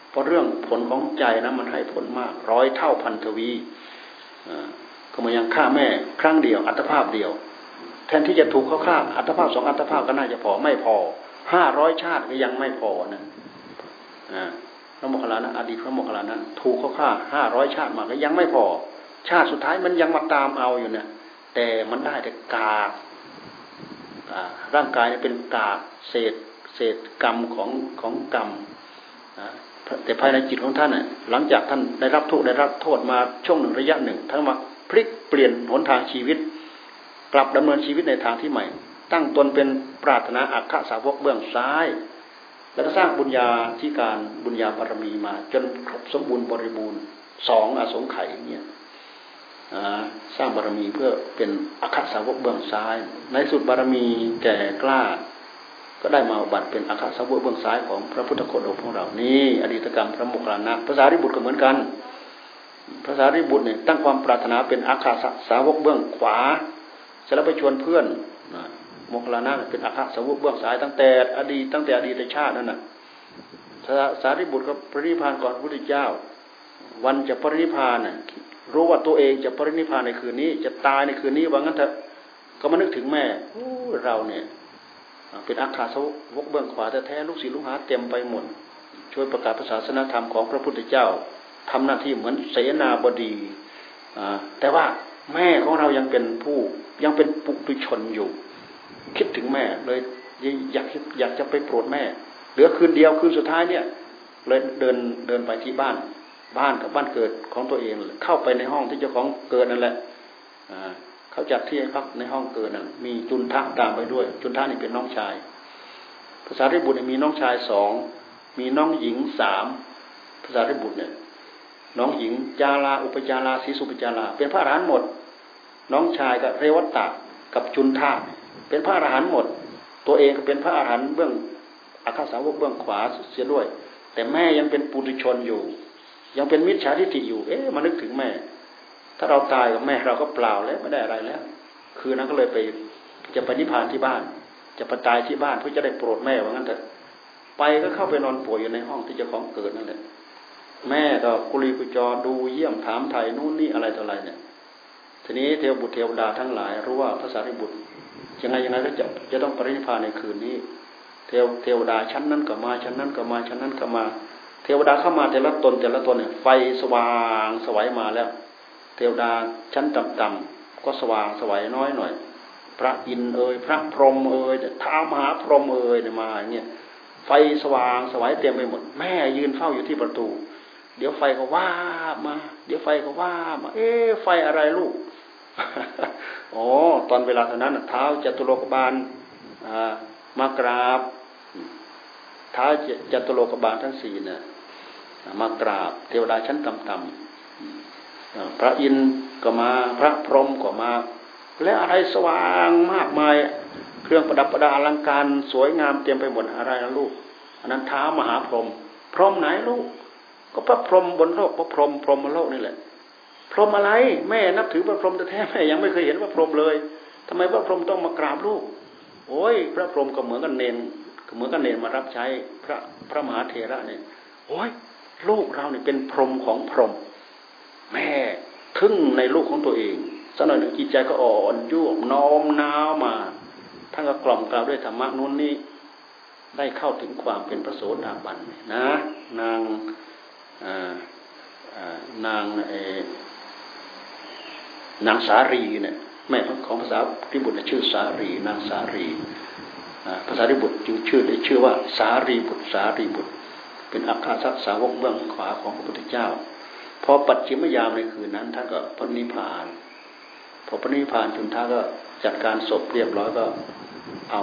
เพราะเรื่องผลของใจนะมันให้ผลมาก100 เท่าพันทวีก็เหมือนอย่างฆ่าแม่ครั้งเดียวอัตภาพเดียวแทนที่จะถูกเขาฆ่าอัตภาพ2 อัตภาพก็น่าจะพอไม่พอ500 ชาติก็ยังไม่พอนะพระโมคคัลลานะอดีตพระโมคคัลลานะถูกเขาฆ่า500 ชาติมาก็ยังไม่พอชาติสุดท้ายมันยังมาตามเอาอยู่เนี่ยแต่มันได้แต่กากร่างกายเนี่ยเป็นกากเศษกรรมของกรรมแต่ภายในจิตของท่านน่ะหลังจากท่านได้รับทุกข์ได้รับโทษมาช่วงหนึ่งระยะหนึ่งท่านมาพลิกเปลี่ยนหนทางชีวิตกลับดำเนินชีวิตในทางที่ใหม่ตั้งตนเป็นปรารถนาอัคคสาวกเบื้องซ้ายแล้วก็สร้างบุญญาธิการบุญญาบารมีมาจนครบสมบูรณ์บริบูรณ์2 อสงไขยเนี่ยสร้างบารมีเพื่อเป็นอัคคสาวกเบื้องซ้ายในสุดบารมีแก่กล้าก็ได้มาบัตรเป็นอัคคสาวกเบื้องซ้ายของพระพุทธโคดมของเรานี่อดีตกรรมพระโมคคัลลานะพระสารีบุตรก็เหมือนกันพระสารีบุตรเนี่ยตั้งความปรารถนาเป็นอัคคสาวกเบื้องขวาเสร็จแล้วไปชวนเพื่อนโมคคัลลานะเป็นอัคคสาวกเบื้องซ้ายตั้งแต่อดีตชาตินั่นน่ะสารีบุตรก็ปรินิพพานก่อนพระพุทธเจ้าวันจะปรินิพพานน่ะรู้ว่าตัวเองจะปรินิพพานในคืนนี้จะตายในคืนนี้ว่างั้นเถอะก็มานึกถึงแม่เราเนี่ยเป็นอัคคสาวกเบื้องขวาแท้ๆลูกศิษย์ลูกหาเต็มไปหมดช่วยประกาศศาสนธรรมของพระพุทธเจ้าทำหน้าที่เหมือนเสนาบดีแต่ว่าแม่ของเรายังเป็นปุถุชนอยู่คิดถึงแม่เลยอยากจะไปโปรดแม่เหลือคืนเดียวคืนสุดท้ายเนี่ยเลยเดินไปที่บ้านกับบ้านเกิดของตัวเองเข้าไปในห้องที่เจ้าของเกิดนั่นแหละเขาจัดที่พักในห้องเกิดนั่นมีจุนทะตามไปด้วยจุนทะนี่เป็นน้องชายพระสารีบุตรมีน้องชาย2มีน้องหญิง3พระสารีบุตรเนี่ยน้องหญิงจาราอุปจาราสีสุปจาราเป็นพระอรหันต์หมดน้องชายกับเรวัตตะกับจุนทะเป็นพระอรหันต์หมดตัวเองก็เป็นพระอรหันต์เบื้องอัคคสาวกเบื้องขวาเสียด้วยแต่แม่ยังเป็นปุถุชนอยู่ยังเป็นมิจฉาทิฏฐิอยู่มานึกถึงแม่ถ้าเราตายกับแม่เราก็เปล่าแล้วไม่ได้อะไรแล้วคืนนั้นก็เลยจะไปนิพพานที่บ้านจะไปตายที่บ้านเพื่อจะได้โปรดแม่ว่างั้นเถอะไปก็เข้าไปนอนป่วยอยู่ในห้องที่เจ้าของเกิดนั่นแหละแม่ก็กุลีกุจอดูเยี่ยมถามไถ่นู่นนี่อะไรต่ออะไรเนี่ยทีนี้เทวบุตรเทวดาทั้งหลายรู้ว่าพระสารีบุตรยังไงก็จะต้องปรินิพพานในคืนนี้เทวดาชั้นนั้นก็มาชั้นนั้นก็มาชั้นนั้นก็มาเทวดาเข้ามาแต่ละตนเนี่ยไฟสว่างสวัยมาแล้วเทวดาชั้นต่ำๆก็สว่างสวัยน้อยหน่อยพระอินทร์พระพรหมท้าวมหาพรหมเนี่ยมาอย่างเงี้ยไฟสว่างสวัยเต็มไปหมดแม่ยืนเฝ้าอยู่ที่ประตูเดี๋ยวไฟก็ว่ามาเดี๋ยวไฟก็ว่ามาไฟอะไรลูก อ๋อตอนเวลาเท่านั้นเท้าจตุโลกบาลมากราบเท้าจตุโลกบาลทั้ง4เนี่ยมากราบเทวดาชั้นต่ำๆพระอินทร์ก็มาพระพรหมก็มาและอะไรสว่างมากมายเครื่องประดับประดาอลังการสวยงามเต็มไปหมดอะไรนะลูกอันนั้นท้ามหาพรหมพรหมไหนลูกก็พระพรหมบนโลกพระพรหมบนโลกนี่แหละพรหมอะไรแม่นับถือพระพรหมแท้ๆแม่ยังไม่เคยเห็นพระพรหมเลยทำไมพระพรหมต้องมากราบลูกโอ้ยพระพรหมก็เหมือนกันเนรมารับใช้พระมหาเถระเนี่ยโอ้ยลูกเราเนี่ยเป็นพรหมของพรหมแม่ทึ่งในลูกของตัวเองสักหน่อยหนึ่งจิตใจก็อ่อนยวบน้อมน้าวมาท่านก็กล่อมกล่าวด้วยธรรมะนู้นนี่ได้เข้าถึงความเป็นพระโสดาบันนะนางสารีเนี่ยแม่ของภาษาริบุตรชื่อสารีนางสารีภาษาริบุตรจึงชื่อว่าสารีบุตรเป็นอัคคสาวกเบื้องขวาของพระพุทธเจ้าพอปัจฉิมยามในคืนนั้นท่านก็ปรินิพพานพอปรินิพพานจุนทะก็จัดการศพเรียบร้อยก็เอา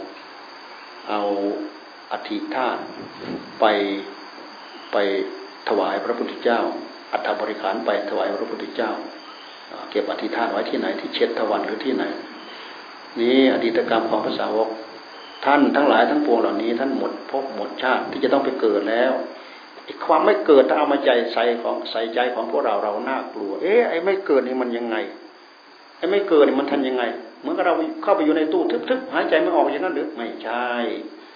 อัฐิธาตุไปถวายพระพุทธเจ้าอัฐบริขารไปถวายพระพุทธเจ้าเก็บอธิษฐานไว้ที่ไหนที่เชตตะวันหรือที่ไหนนี่อดีตกรรมของพระสาวกท่านทั้งหลายทั้งปวงเหล่านี้ท่านหมดภพหมดชาติที่จะต้องไปเกิดแล้วความไม่เกิดถ้าเอามาใส่ใจของพวกเราน่ากลัวไอ้ไม่เกิดนี่มันยังไงไอ้ไม่เกิดนี่มันทันยังไงเหมือนกับเราเข้าไปอยู่ในตู้ทึบๆหายใจไม่ออกอย่างนั้นหรือไม่ใช่ค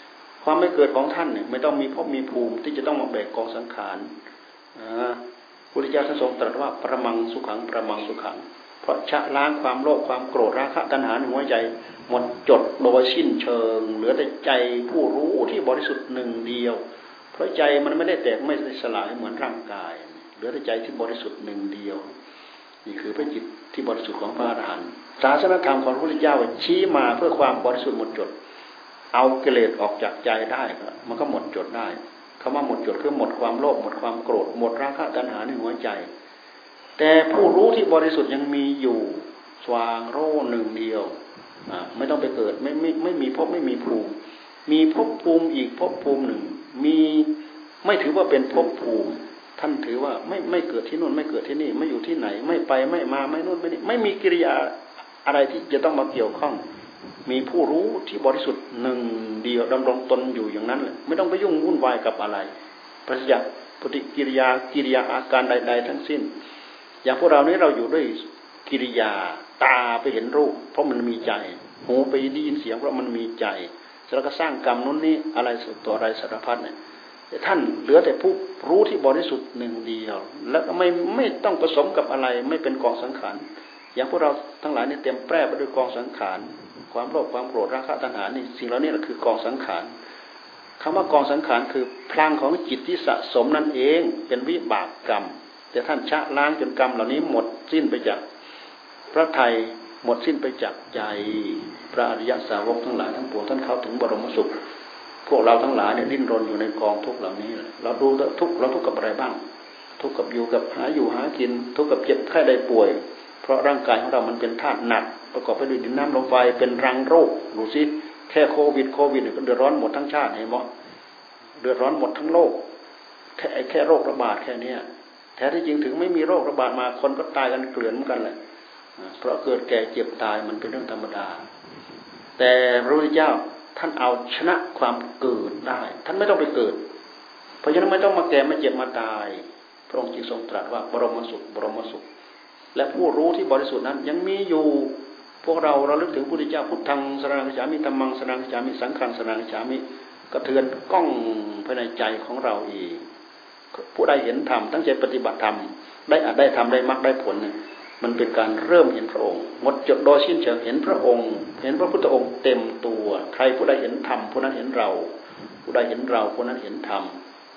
ความไม่เกิดของท่านเนี่ยไม่ต้องมีภพมีภูมิที่จะต้องมาแบกกองสังขารพุทธเจ้าท่านทรงตรัสว่าประมังสุขังประมังสุขังเพราะชะล้างความโลภความโกรธราคะตัณหาในหัวใจหมดจดโดยสิ้นเชิงเหลือแต่ใจผู้รู้ที่บริสุทธิ์หนึ่งเดียวเพราะใจมันไม่ได้แตกไม่ได้สลายเหมือนร่างกายเหลือแต่ใจที่บริสุทธิ์หนึ่งเดียวนี่คือพระจิตที่บริสุทธิ์ของพระอรหันต์ศาสนธรรมของพระพุทธเจ้าชี้มาเพื่อความบริสุทธิ์หมดจดเอากิเลสออกจากใจได้มันก็หมดจดได้คำว่าหมดจดคือหมดความโลภหมดความโกรธหมดราคะตัณหาในหัวใจแต่ผู้รู้ที่บริสุทธิ์ยังมีอยู่สว่างโร่หนึ่งเดียวไม่ต้องไปเกิดไม่มีภพไม่มีภูมิมีภพภูมิอีกภพภูมิหนึ่งมีไม่ถือว่าเป็นภพภูมิท่านถือว่าไม่เกิดที่นู่นไม่เกิดที่นี่ไม่อยู่ที่ไหนไม่ไปไม่มาไม่นู่นไม่นี่ไม่มีกิริยาอะไรที่จะต้องมาเกี่ยวข้องมีผู้รู้ที่บริสุทธิ์หนึ่งเดียวดำรงตนอยู่อย่างนั้นเลยไม่ต้องไปยุ่งวุ่นวายกับอะไรปราศจากปฏิกิริยาอาการใดๆทั้งสิ้นอย่างพวกเรานี้เราอยู่ด้วยกิริยาตาไปเห็นรูปเพราะมันมีใจหูไปได้ยินเสียงเพราะมันมีใจแล้วก็สร้างกรรมนู้นนี้อะไรสุดตัวอะไรสารพัดเนี่ยแต่ท่านเหลือแต่ผู้รู้ที่บริสุทธิ์หนึ่งเดียวแล้วก็ไม่ต้องผสมกับอะไรไม่เป็นกองสังขารอย่างพวกเราทั้งหลายเนี่ยเต็มแปร่ไปด้วยกองสังขารความโลภความโกรธราคะตัณหานี่สิ่งเหล่านี้แหละคือกองสังขารคำว่ากองสังขารคือพลังของจิตที่สะสมนั่นเองเป็นวิบากกรรมแต่ท่านชะล้างจนกรรมเหล่านี้หมดสิ้นไปจากพระทัยหมดสิ้นไปจากใจพระอริยสาวกทั้งหลายทั้งปวงท่านเข้าถึงบรมสุขพวกเราทั้งหลายเนี่ยดิ้นรนอยู่ในกองทุกข์เหล่านี้เราดูทุกข์เราทุกข์กับอะไรบ้างทุกข์กับอยู่กับหาอยู่หากินทุกข์กับเจ็บไข้ได้ป่วยเพราะร่างกายของเรามันเป็นธาตุหนักประกอบไปด้วยดินน้ำลมไฟเป็นรังโรคดูสิแค่โควิดเนี่ยก็เดือดร้อนหมดทั้งชาติเห็นมั้ยเดือดร้อนหมดทั้งโลกแค่โรคระบาดแค่นี้แท้ที่จริงถึงไม่มีโรคระบาดมาคนก็ตายกันเกลื่อนเหมือนกันแหละเพราะเกิดแก่เจ็บตายมันเป็นเรื่องธรรมดาแต่พระพุทธเจ้าท่านเอาชนะความเกิดได้ท่านไม่ต้องไปเกิดเพราะฉะนั้นไม่ต้องมาแก่มาเจ็บมาตายพระองค์จึงทรงตรัสว่าบรมสุขบรมสุขและผู้รู้ที่บริสุทธิ์นั้นยังมีอยู่พวกเราลึกถึงพระพุทธเจ้าพุทธังสรณังคัจฉามิธัมมังสรณังคัจฉามิสังฆังสรณังคัจฉามิกระเทือนก้องภายในใจของเราเองผู้ใดเห็นธรรมตั้งใจปฏิบัติธรรมได้ทำได้มรรคได้ผลมันเป็นการเริ่มเห็นพระองค์หมดจดโดยสิ้นเชิงเห็นพระองค์เห็นพระพุทธองค์เต็มตัวใครผู้ใดเห็นธรรมผู้นั้นเห็นเราผู้ใดเห็นเราผู้นั้นเห็นธรรม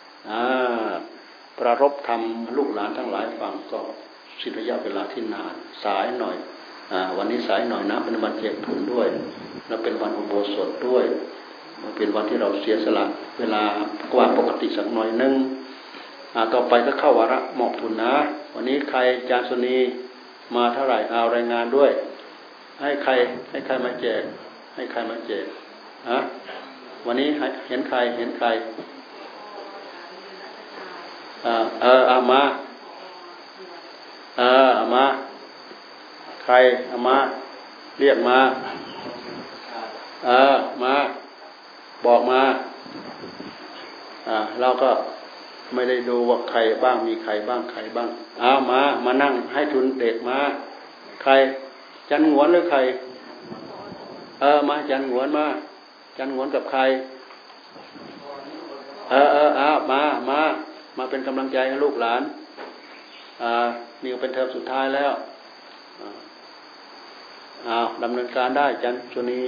ประรบธรรมลูกหลานทั้งหลายฟังก็สิ้นระยะเวลาที่นานสายหน่อยวันนี้สายหน่อยนะเป็นวันแจกทุนด้วยและเป็นวันอุโบสถด้วยมันเป็นวันที่เราเสียสละเวลากว่าปกติสักหน่อยนึงต่อไปก็เข้าวาระมอบทุนนะวันนี้ใครอาจารย์สุนีมาเท่าไหร่เอารายงานด้วยให้ใครมาแจกให้ใครมาแจกวันนี้เห็นใครเอามามาใครเอามาเรียกมามาบอกมาเราก็ไม่ได้ดูว่าใครบ้างมีใครบ้างเอามานั่งให้ทุนเด็กมาใครจันหงวนหรือใครมาจันหงวนกับใครมาเป็นกำลังใจให้ลูกหลานนี่เป็นเทอมสุดท้ายแล้วดำเนินการได้จันสุนี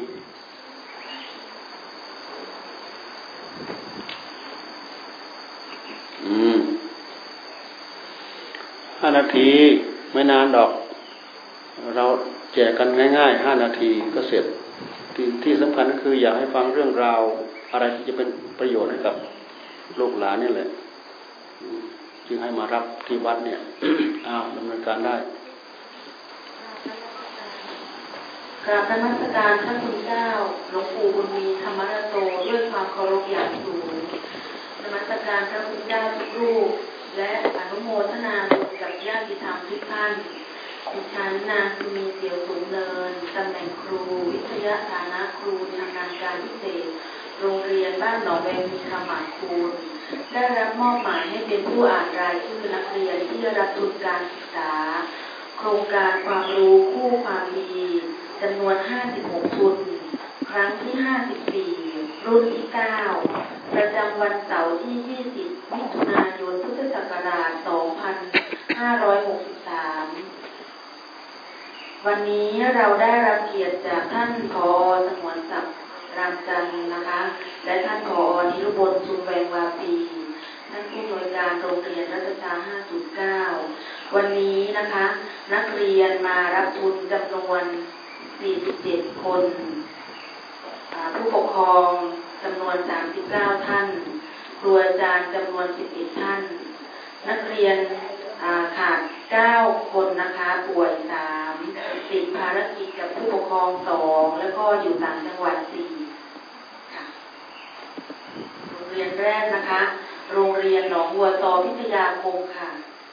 5 นาทีไม่นานดอกเราแจกกันง่ายๆ5 นาทีก็เสร็จที่สำคัญก็คืออยากให้ฟังเรื่องราวอะไรที่จะเป็นประโยชน์ให้กับลูกหลานนี่แหละจึงให้มารับที่วัดเนี่ย ดำเนินการได้กราบนมัสการท่านคุณเจ้าหลวงปู่บุญมีธรรมรัตโตด้วยความเคารพอย่างสูงนมัสการท่านคุณเจ้าทุกรูปและอนุโมทนาบุญกับญาติธรรมทุกท่านดิฉันนางสุนีเสี่ยวสูงเนินตำแหน่งครูวิทยาฐานะครูชำนาญการพิเศษโรงเรียนบ้านหนองแวงมีคำหมายคูณได้รับมอบหมายให้เป็นผู้อ่านรายชื่อนักเรียนที่ได้รับทุนการศึกษาโครงการความรู้คู่ความดีจำนวน56 ทุนครั้งที่54 รุ่นที่ 9 ประจำวันเสาร์ที่ 20 มิถุนายน พุทธศักราช 2563 วันนี้เราได้รับเกียรติจากท่านผอ.สงวนศักดิ์รามจันทร์นะคะ และท่านผอ.นิรุบล ชุมแวงวาปี ท่านผู้อำนวยการโรงเรียนรัชดา 509 วันนี้นะคะนักเรียนมารับทุนจำนวน 47 คนผู้ปกครองจำนวน 39 ท่านครูอาจารย์จำนวน 11 ท่านนักเรียนขาด 9 คนนะคะป่วย 3 ติดภารกิจกับผู้ปกครอง 2 แล้วก็อยู่ต่างจังหวัด 4 ค่ะโรงเรียนแรกนะคะโรงเรียนหนองบัวตอพิทยาคมค่ะ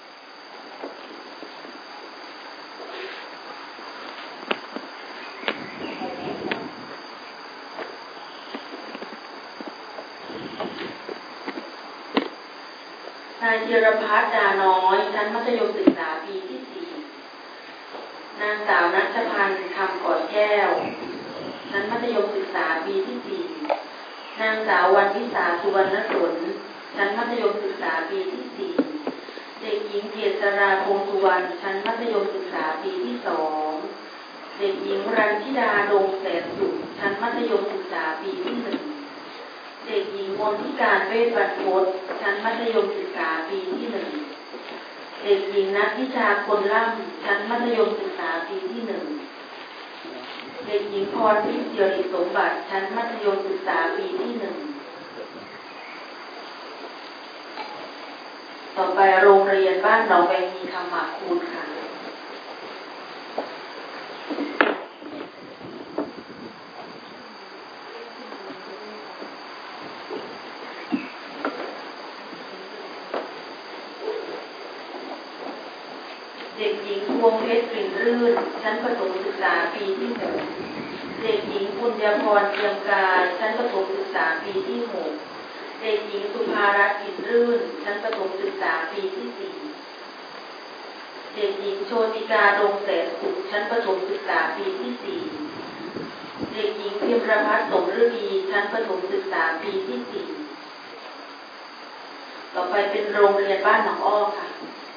นายธีรพัฒน์ ดาน้อยชั้นมัธยมศึกษาปีที่ 4 นางสาวณัชพันธ์ คำก่อนแก้วชั้นมัธยมศึกษาปีที่ 4 นางสาววรรณวิสา สุวรรณสนชั้นมัธยมศึกษาปีที่ 4 เด็กหญิงเกษราพงษ์สุวรรณชั้นมัธยมศึกษาปีที่ 2 เด็กหญิงรัญชิดา ดงแสนสุขชั้นมัธยมศึกษาปีที่ 1 เด็กหญิงมนทิการเวชบรรพตชั้นมัธยมศึกษาปีที่ 1 เด็กหญิงนัทธิชา คนล่ำชั้นมัธยมศึกษาปีที่ 1 เด็กหญิงพรทิพย์ เจริญสมบัติชั้นมัธยมศึกษาปีที่ 1 ต่อไปโรงเรียนบ้านหนองแวงมีคำหมากคูณค่ะเด็กหญิงพวงเพชร กลิ่นรื่นชั้นประถมศึกษาปีที่ 6 เด็กหญิงปุญญพร เทียมกายชั้นประถมศึกษาปีที่ 6 เด็กหญิงสุภารัตน์ กลิ่นรื่นชั้นประถมศึกษาปีที่ 4 เด็กหญิงโชติกา ดงแสนสุขชั้นประถมศึกษาปีที่ 4 เด็กหญิงพิมรพัฒน์ สมฤดีชั้นประถมศึกษาปีที่ 4 ต่อไปเป็นโรงเรียนบ้านหนองอ้อค่ะ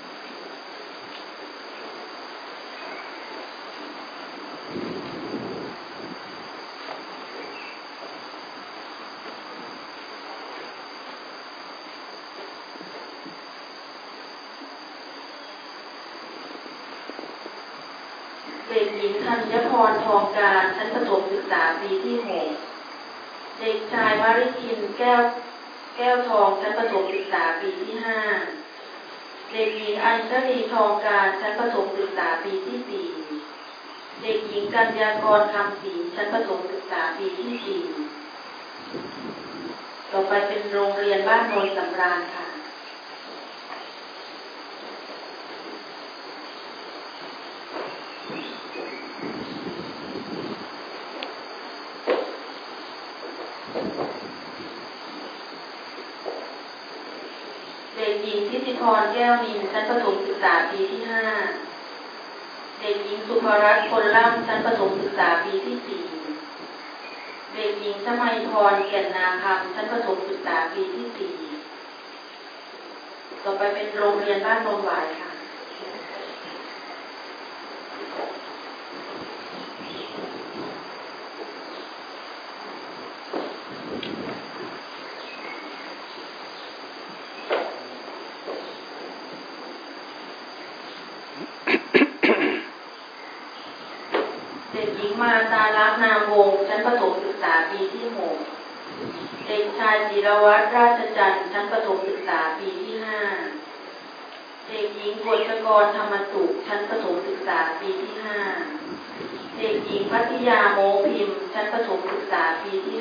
เด็กหญิงธัญพร ทองการชั้นประถมศึกษาปีที่ 6 เด็กชายวริทิน แก้วทองชั้นประถมศึกษาปีที่ 5 เด็กหญิงอัญชลี ทองการชั้นประถมศึกษาปีที่ 4 เด็กหญิงกัญญากร คำศรีชั้นประถมศึกษาปีที่ 4 ต่อไปเป็นโรงเรียนบ้านโนนสำราญค่ะเด็กหญิงทิติพร แก้วนินชั้นประถมศึกษาปีที่ 5 เด็กหญิงสุภรัตน์ คนล่ำชั้นประถมศึกษาปีที่ 4 เด็กหญิงชมัยพร แก่นนาคำชั้นประถมศึกษาปีที่ 4 ต่อไปเป็นโรงเรียนบ้านโนนหวายค่ะเด็กหญิงมาตาลักษณ์นามวงศ์ชั้นประถมศึกษาปีที่ 6 เด็กชายจิรวัฒน์ ราชจันทร์ชั้นประถมศึกษาปีที่ 5 เด็กหญิงกฤษกร ธรรมสุขชั้นประถมศึกษาปีที่ 5 เด็กหญิงพัทยา โมพิมพ์ชั้นประถมศึกษาปีที่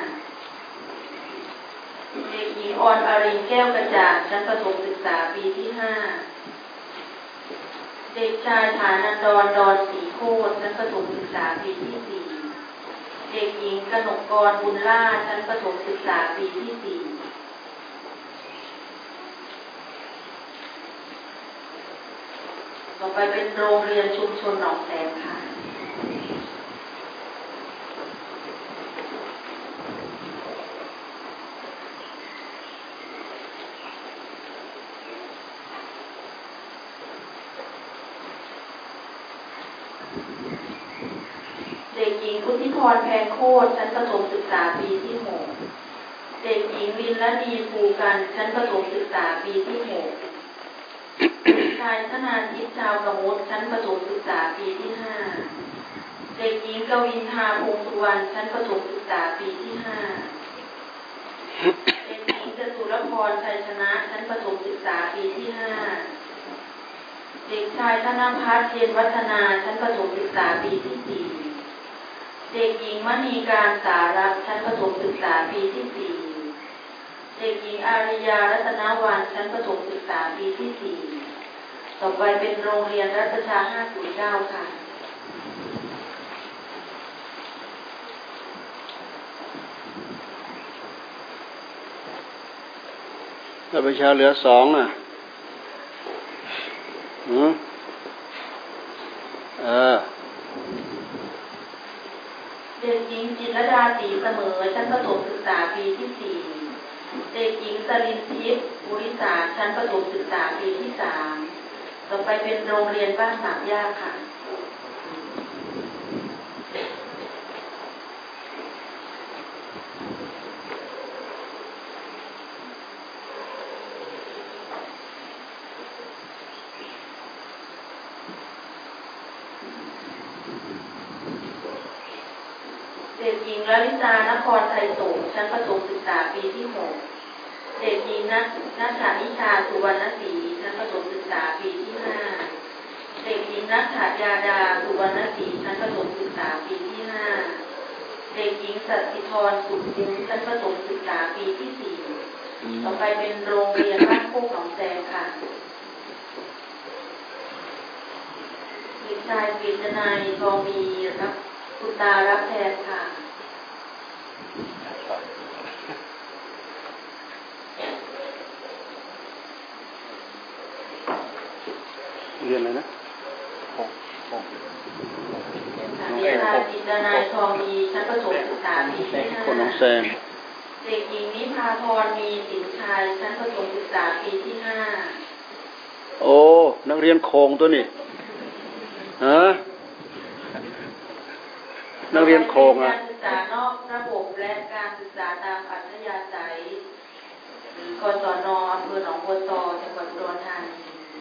5 เด็กหญิงออนอริน แก้วกระจ่างชั้นประถมศึกษาปีที่ 5 เด็กชายฐานันดร ดอนศรีโคตรชั้นประถมศึกษาปีที่ 4 เด็กหญิงกนกกร บุญล่าชั้นประถมศึกษาปีที่ 4 ต่อไปเป็นโรงเรียนชุมชนหนองแสงค่ะพุทธิพรแพงโคตรชั้นประถมศึกษาปีที่6เด็กหญิงวินละดีภูกันชั้นประถมศึกษาปีที่6เด็กชายธนาทิพย์ชาวกมลชั้นประถมศึกษาปีที่5เด็กหญิงกวินทาพงสุวรรณชั้นประถมศึกษาปีที่5เด็กหญิงจตุรพรชัยชนะชั้นประถมศึกษาปีที่5เด็กชายธนภัทรเย็นวัฒนาชั้นประถมศึกษาปีที่4เด็กหญิงมณีการสารักชั้นประถมศึกษาปีที่4เด็กหญิงอาริยารัตนวรรณชั้นประถมศึกษาปีที่4ต่อไปเป็นโรงเรียนรัชชา509ค่ะแล้วประชาเหลือ2อ่ะเด็กหญิงจิตรดาศรีเสมอชั้นประถมศึกษาปีที่4เด็กหญิงสลินทิพย์บุริษาชั้นประถมศึกษาปีที่3ต่อไปเป็นโรงเรียนบ้านสามย่าค่ะเด็กหญิงลลิตานครไทยสงฆ์ชั้นประถมศึกษาปีที่6เด็กหญิงนัทธานิชาสุวรรณศรีชั้นประถมศึกษาปีที่5เด็กหญิงนัทธายาดาสุวรรณศรีชั้นประถมศึกษาปีที่5เด็กหญิงสัตติธรสุขคุ้มชั้นประถมศึกษาปีที่4ต่อไปเป็นโรงเรียนบ้านโคกหนองแซงค่ะเด็กชายกฤษณัยทองมีรับคุณตารับแทนค่ะเรียนอะไรนะเด็กชายจิตรนายทองมีชั้นประถมศึกษาปีที่5 คนน้องแซงเด็กหญิงนิพาพรมีสินชัยชั้นประถมศึกษาปีที่5 โอ้นักเรียนโคงตัวนี้ฮะนักเรียนโคงอ่ะการศึกษานอกระบบและการศึกษาตามอัธยาศัยกศน.อำเภอหนองบัวตอจังหวัดอุดรธานี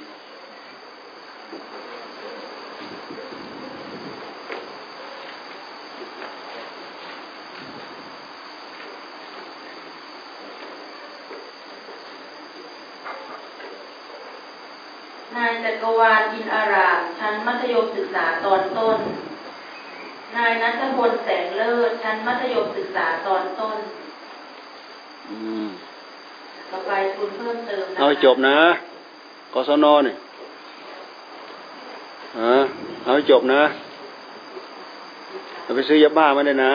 นายจักรวาลอินอารามชั้นมัธยมศึกษาตอนต้นนายณัฐพลแสงเลิศชั้นมัธยมศึกษาตอนต้นต่อไปคุณเพิ่มเติมนะคะเอาจบนะกศน.นี่เอาจบนะเอาไปซื้อยาบ้ามาเลยนะ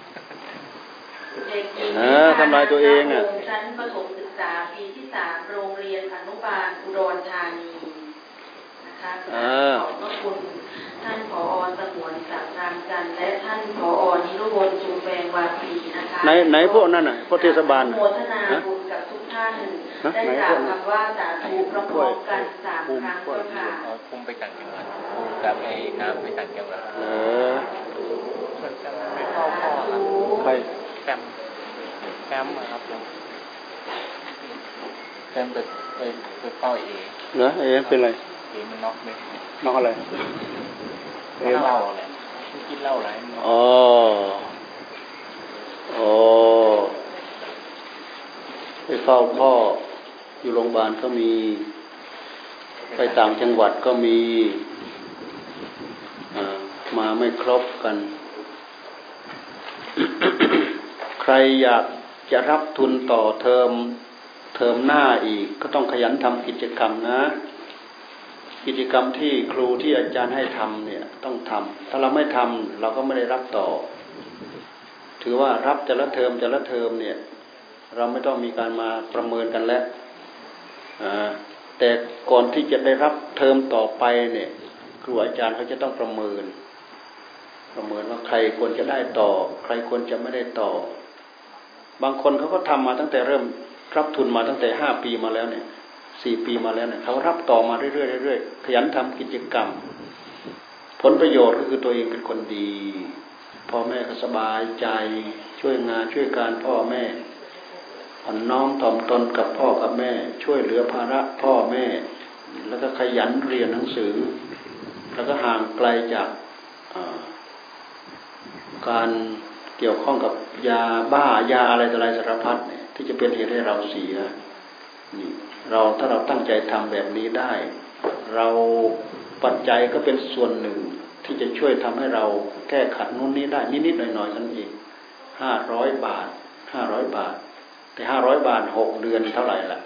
ทำลายตัวเองอ่ะชั้นประถมศึกษาปีที่3โรงเรียนอนุบาลอุดรธานีนะคะขอบพระคุณท่านผอ.สงวนศักดิ์รามจันทร์และท่านผอ.นิรุบลจูแปงวาปีนะคะไหนพวกนั้นน่ะพวกเทศบาลโมทนาบุญกับทุกท่านได้กล่าวคำว่าสาธุพร้อมๆกัน3ครั้งเจ้าค่ะคุมไปต่างจังหวัดกับไอ้น้ำไปต่างจังหวัดไปเข้าพ่อใครแซมครับแซมไปเข้าเอเหรอเป็นไรมันน็อกเลยน็อกอะไรเหล้าแหละกินเหล้าอะไรไปเฝ้าพ่ออยู่โรงพยาบาลก็มีไปต่างจังหวัดก็มีมาไม่ครบกัน ใครอยากจะรับทุนต่อเทอมหน้าอีกก็ต้องขยันทำกิจกรรมนะกิจกรรมที่ครูที่อาจารย์ให้ทำเนี่ยต้องทำถ้าเราไม่ทำเราก็ไม่ได้รับต่อถือว่ารับแต่ละเทอมเนี่ยเราไม่ต้องมีการมาประเมินกันแล้วแต่ก่อนที่จะได้รับเทอมต่อไปเนี่ยครูอาจารย์เขาจะต้องประเมินว่าใครควรจะได้ต่อใครควรจะไม่ได้ต่อบางคนเขาก็ทำมาตั้งแต่เริ่มรับทุนมาตั้งแต่5 ปีมาแล้วเนี่ย4 ปีมาแล้วเนี่ยเขารับต่อมาเรื่อยๆขยันทำกิจกรรมผลประโยชน์ก็คือตัวเองเป็นคนดีพ่อแม่ก็สบายใจช่วยงานช่วยการพ่อแม่อ่อนน้อมถ่อมตนกับพ่อกับแม่ช่วยเหลือภาระพ่อแม่แล้วก็ขยันเรียนหนังสือแล้วก็ห่างไกลจากการเกี่ยวข้องกับยาบ้ายาอะไรต่ออะไรสารพัดเนี่ยที่จะเป็นเหตุให้เราเสียนี่ถ้าเราตั้งใจทำแบบนี้ได้เราปัจจัยก็เป็นส่วนหนึ่งที่จะช่วยทำให้เราแก้ขัดนู้นนี้ได้นิดๆหน่อยๆนั่นเอง500 บาทแต่500 บาท6 เดือนเท่าไหร่ล่ะ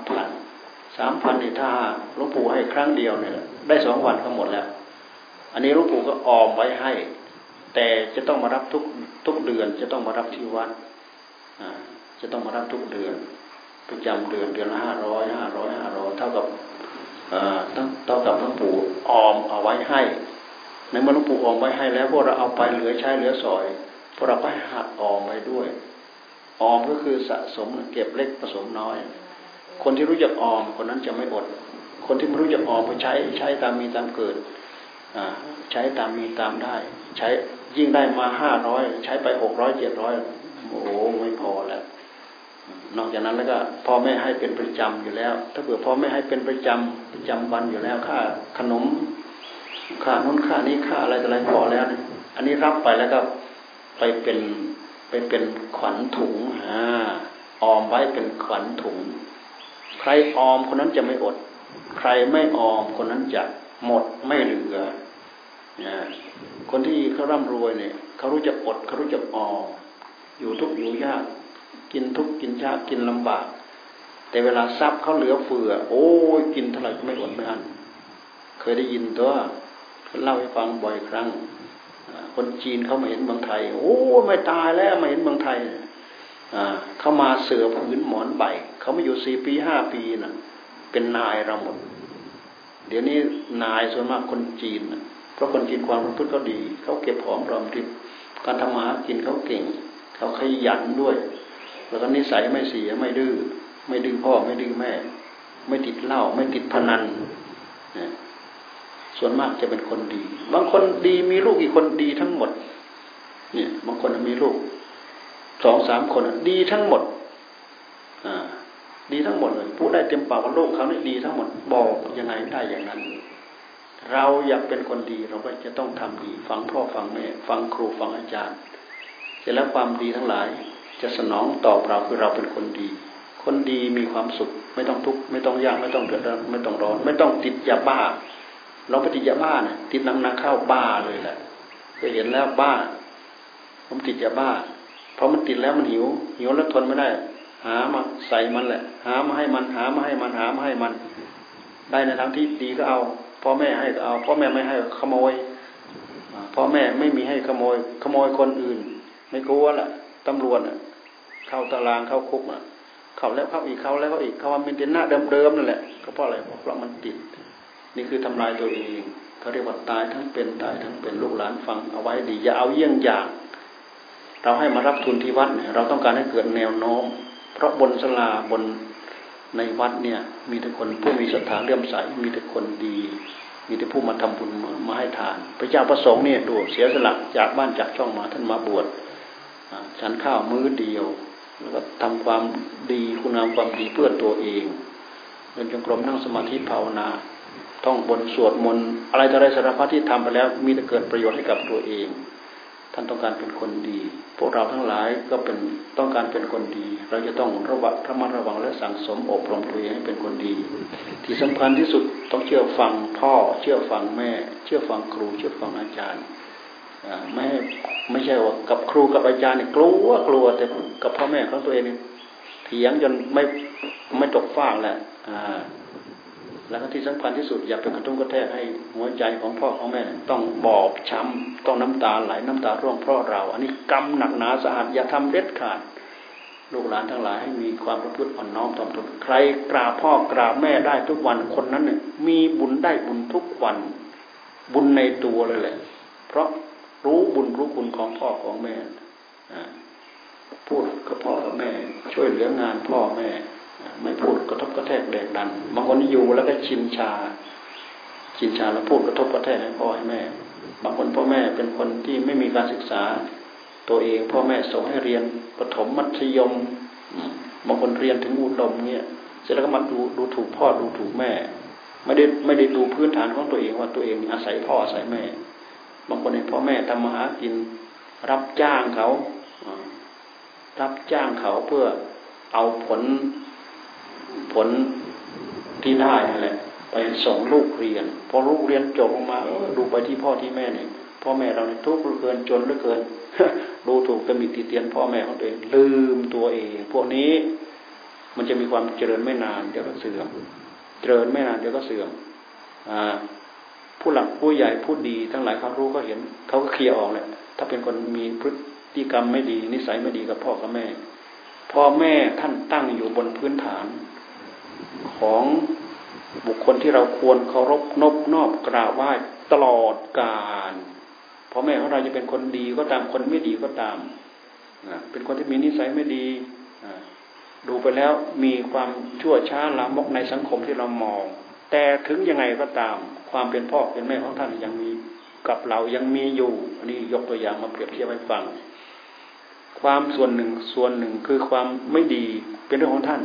3,000 นี่ถ้าหลวงปู่ให้ครั้งเดียวเนี่ยได้2 วันก็หมดแล้วอันนี้หลวงปู่ก็ออมไว้ให้แต่จะต้องมารับทุกเดือนจะต้องมารับที่วัดจะต้องมารับทุกเดือนประจำเดือนละ500เท่ากับหลวงปู่ออมเอาไว้ให้ในเมื่อหลวงปู่ออมไว้ให้แล้วพวกเราเอาไปเหลือใช้เหลือสอยพวกเราก็หักออมไว้ด้วยออมก็คือสะสมเก็บเล็กผสมน้อยคนที่รู้จักออมคนนั้นจะไม่อดคนที่ไม่รู้จักออมก็ใช้ตามมีตามเกิดใช้ตามมีตามได้ใช้ยิ่งได้มา500ใช้ไป600 700โอ้โหไม่พอแล้วนอกจากนั้นแล้วก็พ่อแม่ให้เป็นประจำอยู่แล้วถ้าเผื่อพ่อแม่ให้เป็นประจำวันอยู่แล้วค่าขนมค่านู้นค่านี้ค่าอะไรพอแล้วอันนี้รับไปแล้วก็ไปเป็นขวัญถุงออมไว้เป็นขวัญถุงใครออมคนนั้นจะไม่อดใครไม่ออมคนนั้นจะหมดไม่เหลือคนที่เขาร่ำรวยเนี่ยเขารู้จักอดเขารู้จักออมอยู่ทุกข์อยู่ยากกินทุกข์กินยากกินลำบากแต่เวลาทรัพย์เขาเหลือเฟือโอ้ยกินเท่าไหร่ก็ไม่อดไม่อั้นเคยได้ยินตัวเขาเล่าให้ฟังบ่อยครั้งคนจีนเขามาเห็นเมืองไทยโอ้ไม่ตายแล้วมาเห็นเมืองไทยเขามาเสือผืนหมอนใบเขามาอยู่4 ปี 5 ปีน่ะเป็นนายเราหมดเดี๋ยวนี้นายส่วนมากคนจีนเพราะคนจีนความประพฤติเขาดีเขาเก็บหอมรอมริบการทำมาหากินเขาเก่งเขาขยันด้วยแล้วก็นิสัยไม่เสียไม่ดื้อพ่อไม่ดื้อแม่ไม่ติดเหล้าไม่ติดพนันส่วนมากจะเป็นคนดีบางคนดีมีลูกอีกคนดีทั้งหมดเนี่ยบางคนมีลูก2-3 คนดีทั้งหมดดีทั้งหมดเลยพูดได้เต็มปากว่าลูกเขานี่ดีทั้งหมดบอกยังไงได้อย่างนั้นเราอยากเป็นคนดีเราก็จะต้องทำดีฟังพ่อฟังแม่ฟังครูฟังอาจารย์เสร็จแล้วความดีทั้งหลายจะสนองตอบเราคือเราเป็นคนดีคนดีมีความสุขไม่ต้องทุกข์ไม่ต้องยากไม่ต้องเดือดร้อนไม่ต้องร้อนไม่ต้องติดยาบ้าเราไปติดยาบ้าเนี่ยติดนักเข้าบ้าเลยแหละเคยเห็นแล้วบ้าผมติดยาบ้าเพราะมันติดแล้วมันหิวแล้วทนไม่ได้หามาใส่มันแหละหามาให้มันได้ในทางที่ดีก็เอาพ่อแม่ให้ก็เอาพ่อแม่ไม่ให้ขโมยพ่อแม่ไม่มีให้ขโมยคนอื่นไม่กลัวละตำรวจเข้าตารางเข้าคุกเข้าแล้วเข้าอีกเข้าแล้วเข้าอีกเขาว่ามันเป็นหน้าเดิมๆนั่นแหละก็เพราะอะไรเพราะมันติดนี่คือทำลายตัวเองเขาเรียกว่าตายทั้งเป็นลูกหลานฟังเอาไว้ดีอย่าเอาเยี่ยงอย่างเราให้มารับทุนที่วัดเนี่ยเราต้องการให้เกิดแนวโน้มเพราะบนศาลาบนในวัดเนี่ยมีแต่คนผู้มีศรัทธาเลื่อมใสมีแต่คนดีมีแต่ผู้มาทำบุญมาให้ทานพระเจ้าประสงค์เนี่ยดูเสียสละจากบ้านจากช่องมาท่านมาบวชฉันข้าวมื้อเดียวแล้วก็ทำความดีคุณงามความดีเพื่อตัวเองเดินจงกรมนั่งสมาธิภาวนาท่องบนสวดมนต์อะไรต่ออะไรสารพัดที่ทำไปแล้วมีแต่เกิดประโยชน์ให้กับตัวเองท่านต้องการเป็นคนดีพวกเราทั้งหลายก็ต้องการเป็นคนดีเราจะต้องระมัดระวังและสั่งสมอบรมตัวเองให้เป็นคนดีที่สำคัญที่สุดต้องเชื่อฟังพ่อเชื่อฟังแม่เชื่อฟังครูเชื่อฟังอาจารย์ไม่ใช่ว่ากับครูกับอาจารย์เนี่ยกลัวแต่กับพ่อแม่ของตัวเองเนี่ยเถียงจนไม่ตกฟากแหละแล้วก็ที่สำคัญที่สุดอย่าไปกระตุ้นกระแทกให้หัวใจของพ่อของแม่ต้องบอบช้ำต้องน้ำตาไหลน้ำตาร่วงเพราะเราอันนี้กรรมหนักหนาสาหัสอย่าทำเด็ดขาดลูกหลานทั้งหลายให้มีความประพฤติอ่อนน้อมถ่อมตนใครกราบพ่อกราบแม่ได้ทุกวันคนนั้นเนี่ยมีบุญได้บุญทุกวันบุญในตัวเลยแหละเพราะรู้บุญรู้คุณของพ่อของแม่พูดกับพ่อกับแม่ช่วยเหลืองานพ่อแม่ไม่พูดกระทบกระแทกแดกดันบางคนอยู่แล้วก็ชินชาแล้วพูดกระทบกระแทกให้พ่อให้แม่บางคนพ่อแม่เป็นคนที่ไม่มีการศึกษาตัวเองพ่อแม่ส่งให้เรียนประถมมัธยมบางคนเรียนถึงอุดมเนี่ยเสร็จแล้วก็มาดูถูกพ่อดูถูกแม่ไม่ได้ดูพื้นฐานของตัวเองว่าตัวเองอาศัยพ่ออาศัยแม่บางคนเห็นพ่อแม่ทำมาหากินรับจ้างเขาเพื่อเอาผลที่ได้นั่นแหละไปส่งลูกเรียนพอลูกเรียนจบออกมาดูไปที่พ่อที่แม่เนี่ยพ่อแม่เราเนี่ยทุกข์เหลือเกินจนเหลือเกิน ดูถูกตำหนิติเตียนพ่อแม่ของตัวเองลืมตัวเองพวกนี้มันจะมีความเจริญไม่นานเดี๋ยวก็เสื่อมเจริญไม่นานเดี๋ยวก็เสื่อมผู้หลักผู้ใหญ่ผู้ดีทั้งหลายเขารู้ก็เห็นเขาก็เคลียร์ออกแหละถ้าเป็นคนมีพฤติกรรมไม่ดีนิสัยไม่ดีกับพ่อกับแม่พ่อแม่ท่านตั้งอยู่บนพื้นฐานของบุคคลที่เราควรเคารพนบนอบกราบไหว้ตลอดกาลพ่อแม่ของเราจะเป็นคนดีก็ตามคนไม่ดีก็ตามเป็นคนที่มีนิสัยไม่ดีดูไปแล้วมีความชั่วช้าลามกในสังคมที่เรามองแต่ถึงยังไงก็ตามความเป็นพ่อเป็นแม่ของท่านยังมีกับเรายังมีอยู่อันนี้ยกตัวอย่างมาเปรียบเทียบให้ฟังความส่วนหนึ่งคือความไม่ดีเป็นเรื่องของท่าน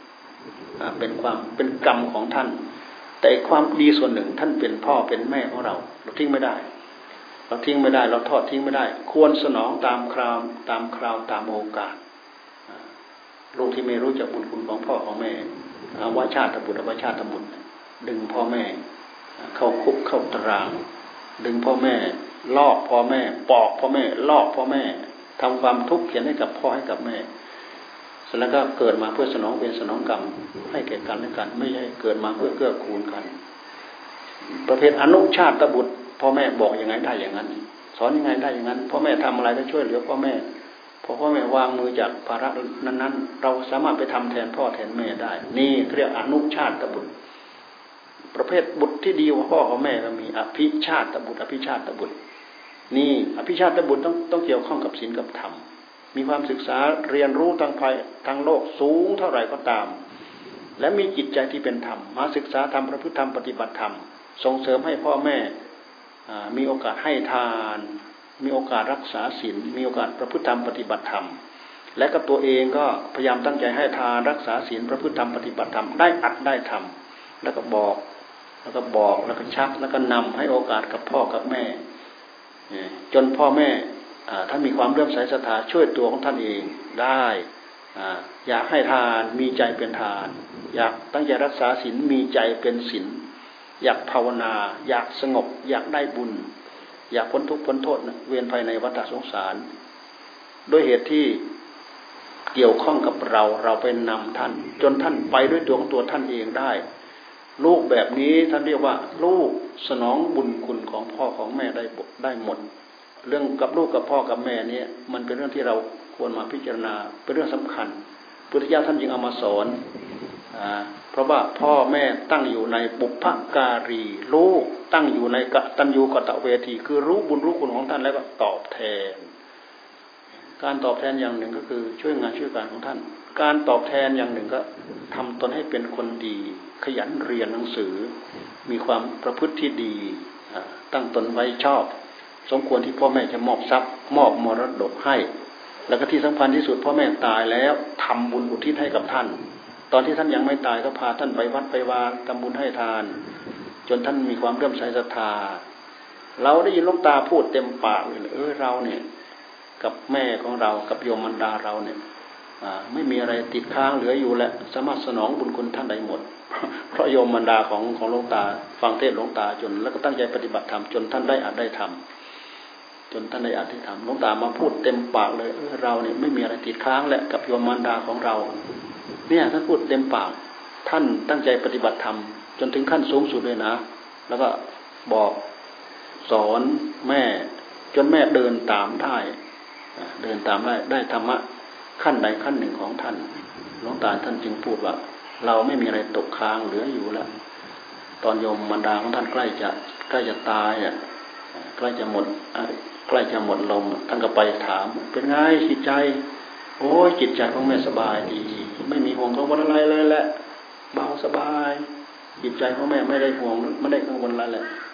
เป็นกรรมของท่านแต่ความดีส่วนหนึ่งท่านเป็นพ่อเป็นแม่ของเราทิ้งไม่ได้เราทอดทิ้งไม่ได้ควรสนองตามคราวตามโอกาสลูกที่ไม่รู้จักบุญคุณของพ่อของแม่อวชาติบุตรอวชาติบุตรดึงพ่อแม่เข้าคุกเข้าตารางดึงพ่อแม่ลอกพ่อแม่ปอกพ่อแม่ลอกพ่อแม่ทำความทุกข์เขียนให้กับพ่อให้กับแม่เสร็จแล้วก็เกิดมาเพื่อสนองเวรสนองกรรมให้แก่กันและกันไม่ใช่เกิดมาเพื่อเกื้อกูลกันประเภทอนุชาติบุตรพ่อแม่บอกอย่างไงได้อย่างนั้นสอนยังไงได้อย่างนั้นพ่อแม่ทำอะไรก็ช่วยเหลือพ่อแม่พอพ่อแม่วางมือจากภาระนั้นๆเราสามารถไปทำแทนพ่อแทนแม่ได้นี่เรียกอนุชาติบุตรประเภทบุตรที่ดีกว่าพ่อกับแม่ก็มีอภิชาติบุตรนี่อภิชาติบุตรต้องเกี่ยวข้องกับศีลกับธรรมมีความศึกษาเรียนรู้ทางโลกสูงเท่าไหร่ก็ตามและมีจิตใจที่เป็นธรรมมาศึกษาธรรมประพฤติธรรมปฏิบัติธรรมส่งเสริมให้พ่อแม่มีโอกาสให้ทานมีโอกาสรักษาศีลมีโอกาสประพฤติธรรมปฏิบัติธรรมและกับตัวเองก็พยายามตั้งใจให้ทานรักษาศีลประพฤติธรรมปฏิบัติธรรมได้อัดได้ทำแล้วก็บอกแล้วก็ชักแล้วก็นำให้โอกาสกับพ่อกับแม่จนพ่อแม่ท่านมีความเลื่อมใสศรัทธาช่วยตัวของท่านเองได้อยากให้ทานมีใจเป็นทานอยากตั้งใจรักษาศีลมีใจเป็นศีลอยากภาวนาอยากสงบอยากได้บุญอยากพ้นทุกข์พ้นโทษเวียนภายในวัฏสงสารด้วยเหตุที่เกี่ยวข้องกับเราไปนำท่านจนท่านไปด้วยตัวของตัวท่านเองได้ลูกแบบนี้ท่านเรียกว่าลูกสนองบุญคุณของพ่อของแม่ได้หมดเรื่องกับลูกกับพ่อกับแม่เนี่ยมันเป็นเรื่องที่เราควรมาพิจารณาเป็นเรื่องสำคัญพุทธเจ้าท่านจึงเอามาสอนเพราะว่าพ่อแม่ตั้งอยู่ในบุพการีลูกตั้งอยู่ในกตัญญูกตเวทีคือรู้บุญรู้คุณของท่านแล้วก็ตอบแทนการตอบแทนอย่างหนึ่งก็คือช่วยงานช่วยการของท่านการตอบแทนอย่างหนึ่งก็ทำตนให้เป็นคนดีขยันเรียนหนังสือมีความประพฤติที่ดีตั้งตนไว้ชอบสมควรที่พ่อแม่จะมอบทรัพย์มอบมรดกให้แล้วก็ที่สำคัญที่สุดพ่อแม่ตายแล้วทำบุญอุทิศให้กับท่านตอนที่ท่านยังไม่ตายก็พาท่านไปวัดไปวาทำบุญให้ทานจนท่านมีความเลื่อมใสศรัทธาเราได้ยินหลวงตาพูดเต็มปากเลยเราเนี่ยกับแม่ของเรากับโยมมารดาเราเนี่ยไม่มีอะไรติดค้างเหลืออยู่แล้วสามารถสนองบุญคุณท่านได้หมดเพราะโยมมารดาของหลวงตาฟังเทศน์หลวงตาจนแล้วก็ตั้งใจปฏิบัติธรรมจนท่านได้อาจได้ทำจนท่านได้อาจได้ทำหลวงตามาพูดเต็มปากเลยเราเนี่ยไม่มีอะไรติดค้างแล้วกับโยมมารดาของเราเนี่ยท่านพูดเต็มปากท่านตั้งใจปฏิบัติธรรมจนถึงขั้นสูงสุดเลยนะแล้วก็บอกสอนแม่จนแม่เดินตามได้ธรรมะขั้นใดขั้นหนึ่งของท่านหลวงตาท่านจึงพูดว่าเราไม่มีอะไรตกค้างเหลืออยู่แล้วตอนโยมมารดาของท่านใกล้จะตายใกล้จะหมดลมท่านก็ไปถามเป็นไงจิตใจโอ้ยจิตใจของแม่สบายดีไม่มีห่วงกังวลอะไรเลยแหละเบาสบายจิตใจของแม่ไม่ได้ห่วงไม่ได้กังวลอะไรแหละ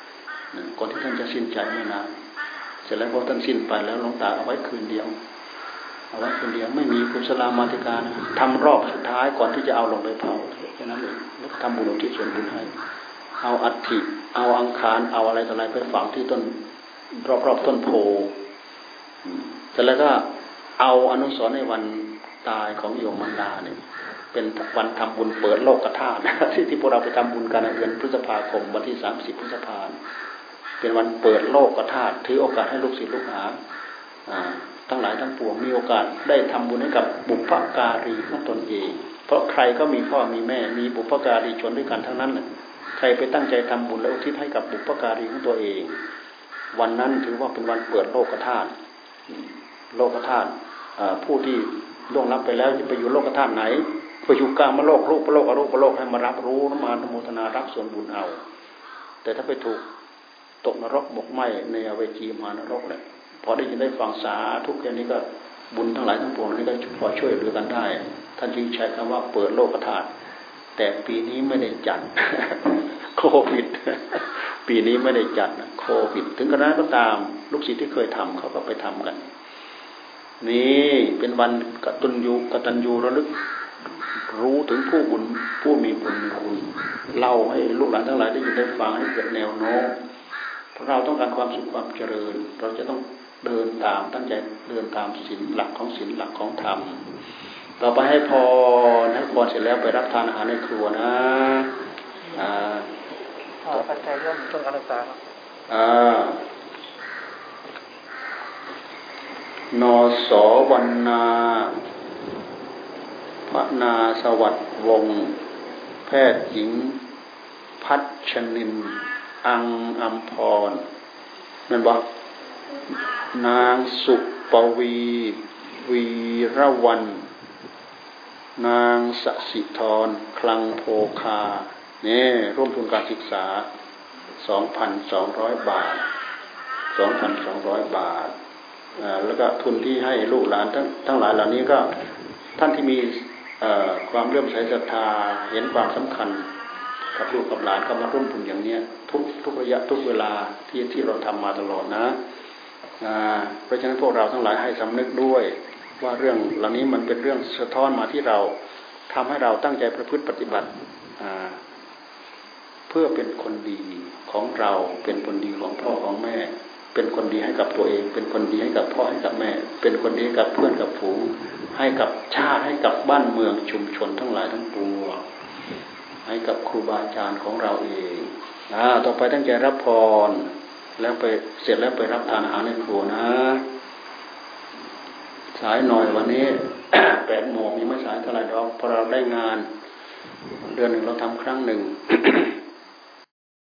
ก่อนที่ท่านจะสิ้นใจไม่นานเสร็จแล้วพอท่านสิ้นไปแล้วหลวงตาเอาไว้คืนเดียวไม่มีกุศลามาติการทำรอบสุดท้ายก่อนที่จะเอาลงไปเผาแค่นั้นเองแล้วทำบุญอุทิศส่วนบุญให้เอาอัฐิเอาอังคารเอาอะไรต่ออะไรไปฝังที่ต้นรอบต้นโพเสร็จแล้วก็เอาอนุสรณ์ในวันตายของโยมมันดาเนี่ยเป็นวันทำบุญเปิดโลกธาตุที่พวกเราไปทำบุญกันในเดือนพฤษภาคมวันที่30 พฤษภาคมเป็นวันเปิดโลกธาตุถือโอกาสให้ลูกศิษย์ลูกหาทั้งหลายทั้งปวงมีโอกาสได้ทำบุญให้กับบุพการีของตนเองเพราะใครก็มีพ่อมีแม่มีบุพการีชนด้วยกันทั้งนั้นแหละใครไปตั้งใจทำบุญและอุทิศให้กับบุพการีของตัวเองวันนั้นถือว่าเป็นวันเปิดโลกธาตุผู้ที่ล่วงลับไปแล้วจะไปอยู่โลกธาตุไหนไปอยู่กลางมโลกรูปโลกอรูปโลกให้มารับรู้มาอนุโมทนารับส่วนบุญเอาแต่ถ้าไปถูกตกนรกหมกไหมในอเวจีมานรกเนี่ยพอได้ยินได้ฟังสาธุแค่นี้ก็บุญทั้งหลายทั้งปวงนี้ก็พอช่วยเหลือกันได้ท่านจึงใช้คำว่าเปิดโลกธาตุแต่ปีนี้ไม่ได้จัด โควิด ปีนี้ไม่ได้จัดนะโควิดถึงกระนั้นก็ตามลูกศิษย์ที่เคยทำเขาก็ไปทำกันนี่เป็นวันกตัญญูระลึกรู้ถึงผู้บุญผู้มีบุญมีคุณเล่าให้ลูกหลานทั้งหลายได้ยินได้ฟังให้เกิดแนวโน้มเพราะเราต้องการความสุขความเจริญเราจะต้องเดินตามตั้งใจเดินตามศีลหลักของศีลหลักของธรรมต่อไปให้พรเสร็จแล้วไปรับทานอาหารในครัวนะปัจจัยร่วมต้นการศึกษานสวรรณาพระนาสวัสดิ์วงศ์แพทย์หญิงพัชนินอังอัมพรนั่นบอกนางสุปวีวีรวรรณนางสสิธรคลังโภคานี่ร่วมทุนการศึกษา 2,200 บาท 2,200 บาทแล้วก็ทุนที่ให้ลูกหลานทั้งหลายเหล่านี้ก็ท่านที่มีความเลื่อมใสศรัทธาเห็นความสำคัญกับลูกกับหลานก็มาร่วมทุนอย่างนี้ทุกระยะทุกเวลาที่เราทำมาตลอดนะเพราะฉะนั้นพวกเราทั้งหลายให้สำนึกด้วยว่าเรื่องเหล่านี้มันเป็นเรื่องสะท้อนมาที่เราทำให้เราตั้งใจประพฤติปฏิบัติเพื่อเป็นคนดีของเราเป็นคนดีของพ่อของแม่เป็นคนดีให้กับตัวเองเป็นคนดีให้กับพ่อให้กับแม่เป็นคนดีให้กับเพื่อนกับฝูงให้กับชาติให้กับบ้านเมืองชุมชนทั้งหลายทั้งปวงให้กับครูบาอาจารย์ของเราเองต่อไปตั้งใจรับพรแล้วไปเสร็จแล้วไปรับทานอาหารในครัวนะสายหน่อยวันนี้ 8 โมงยังไม่สายเท่าไหร่หรอกเพราะเราได้งานเดือนหนึ่งเราทำครั้งหนึ่ง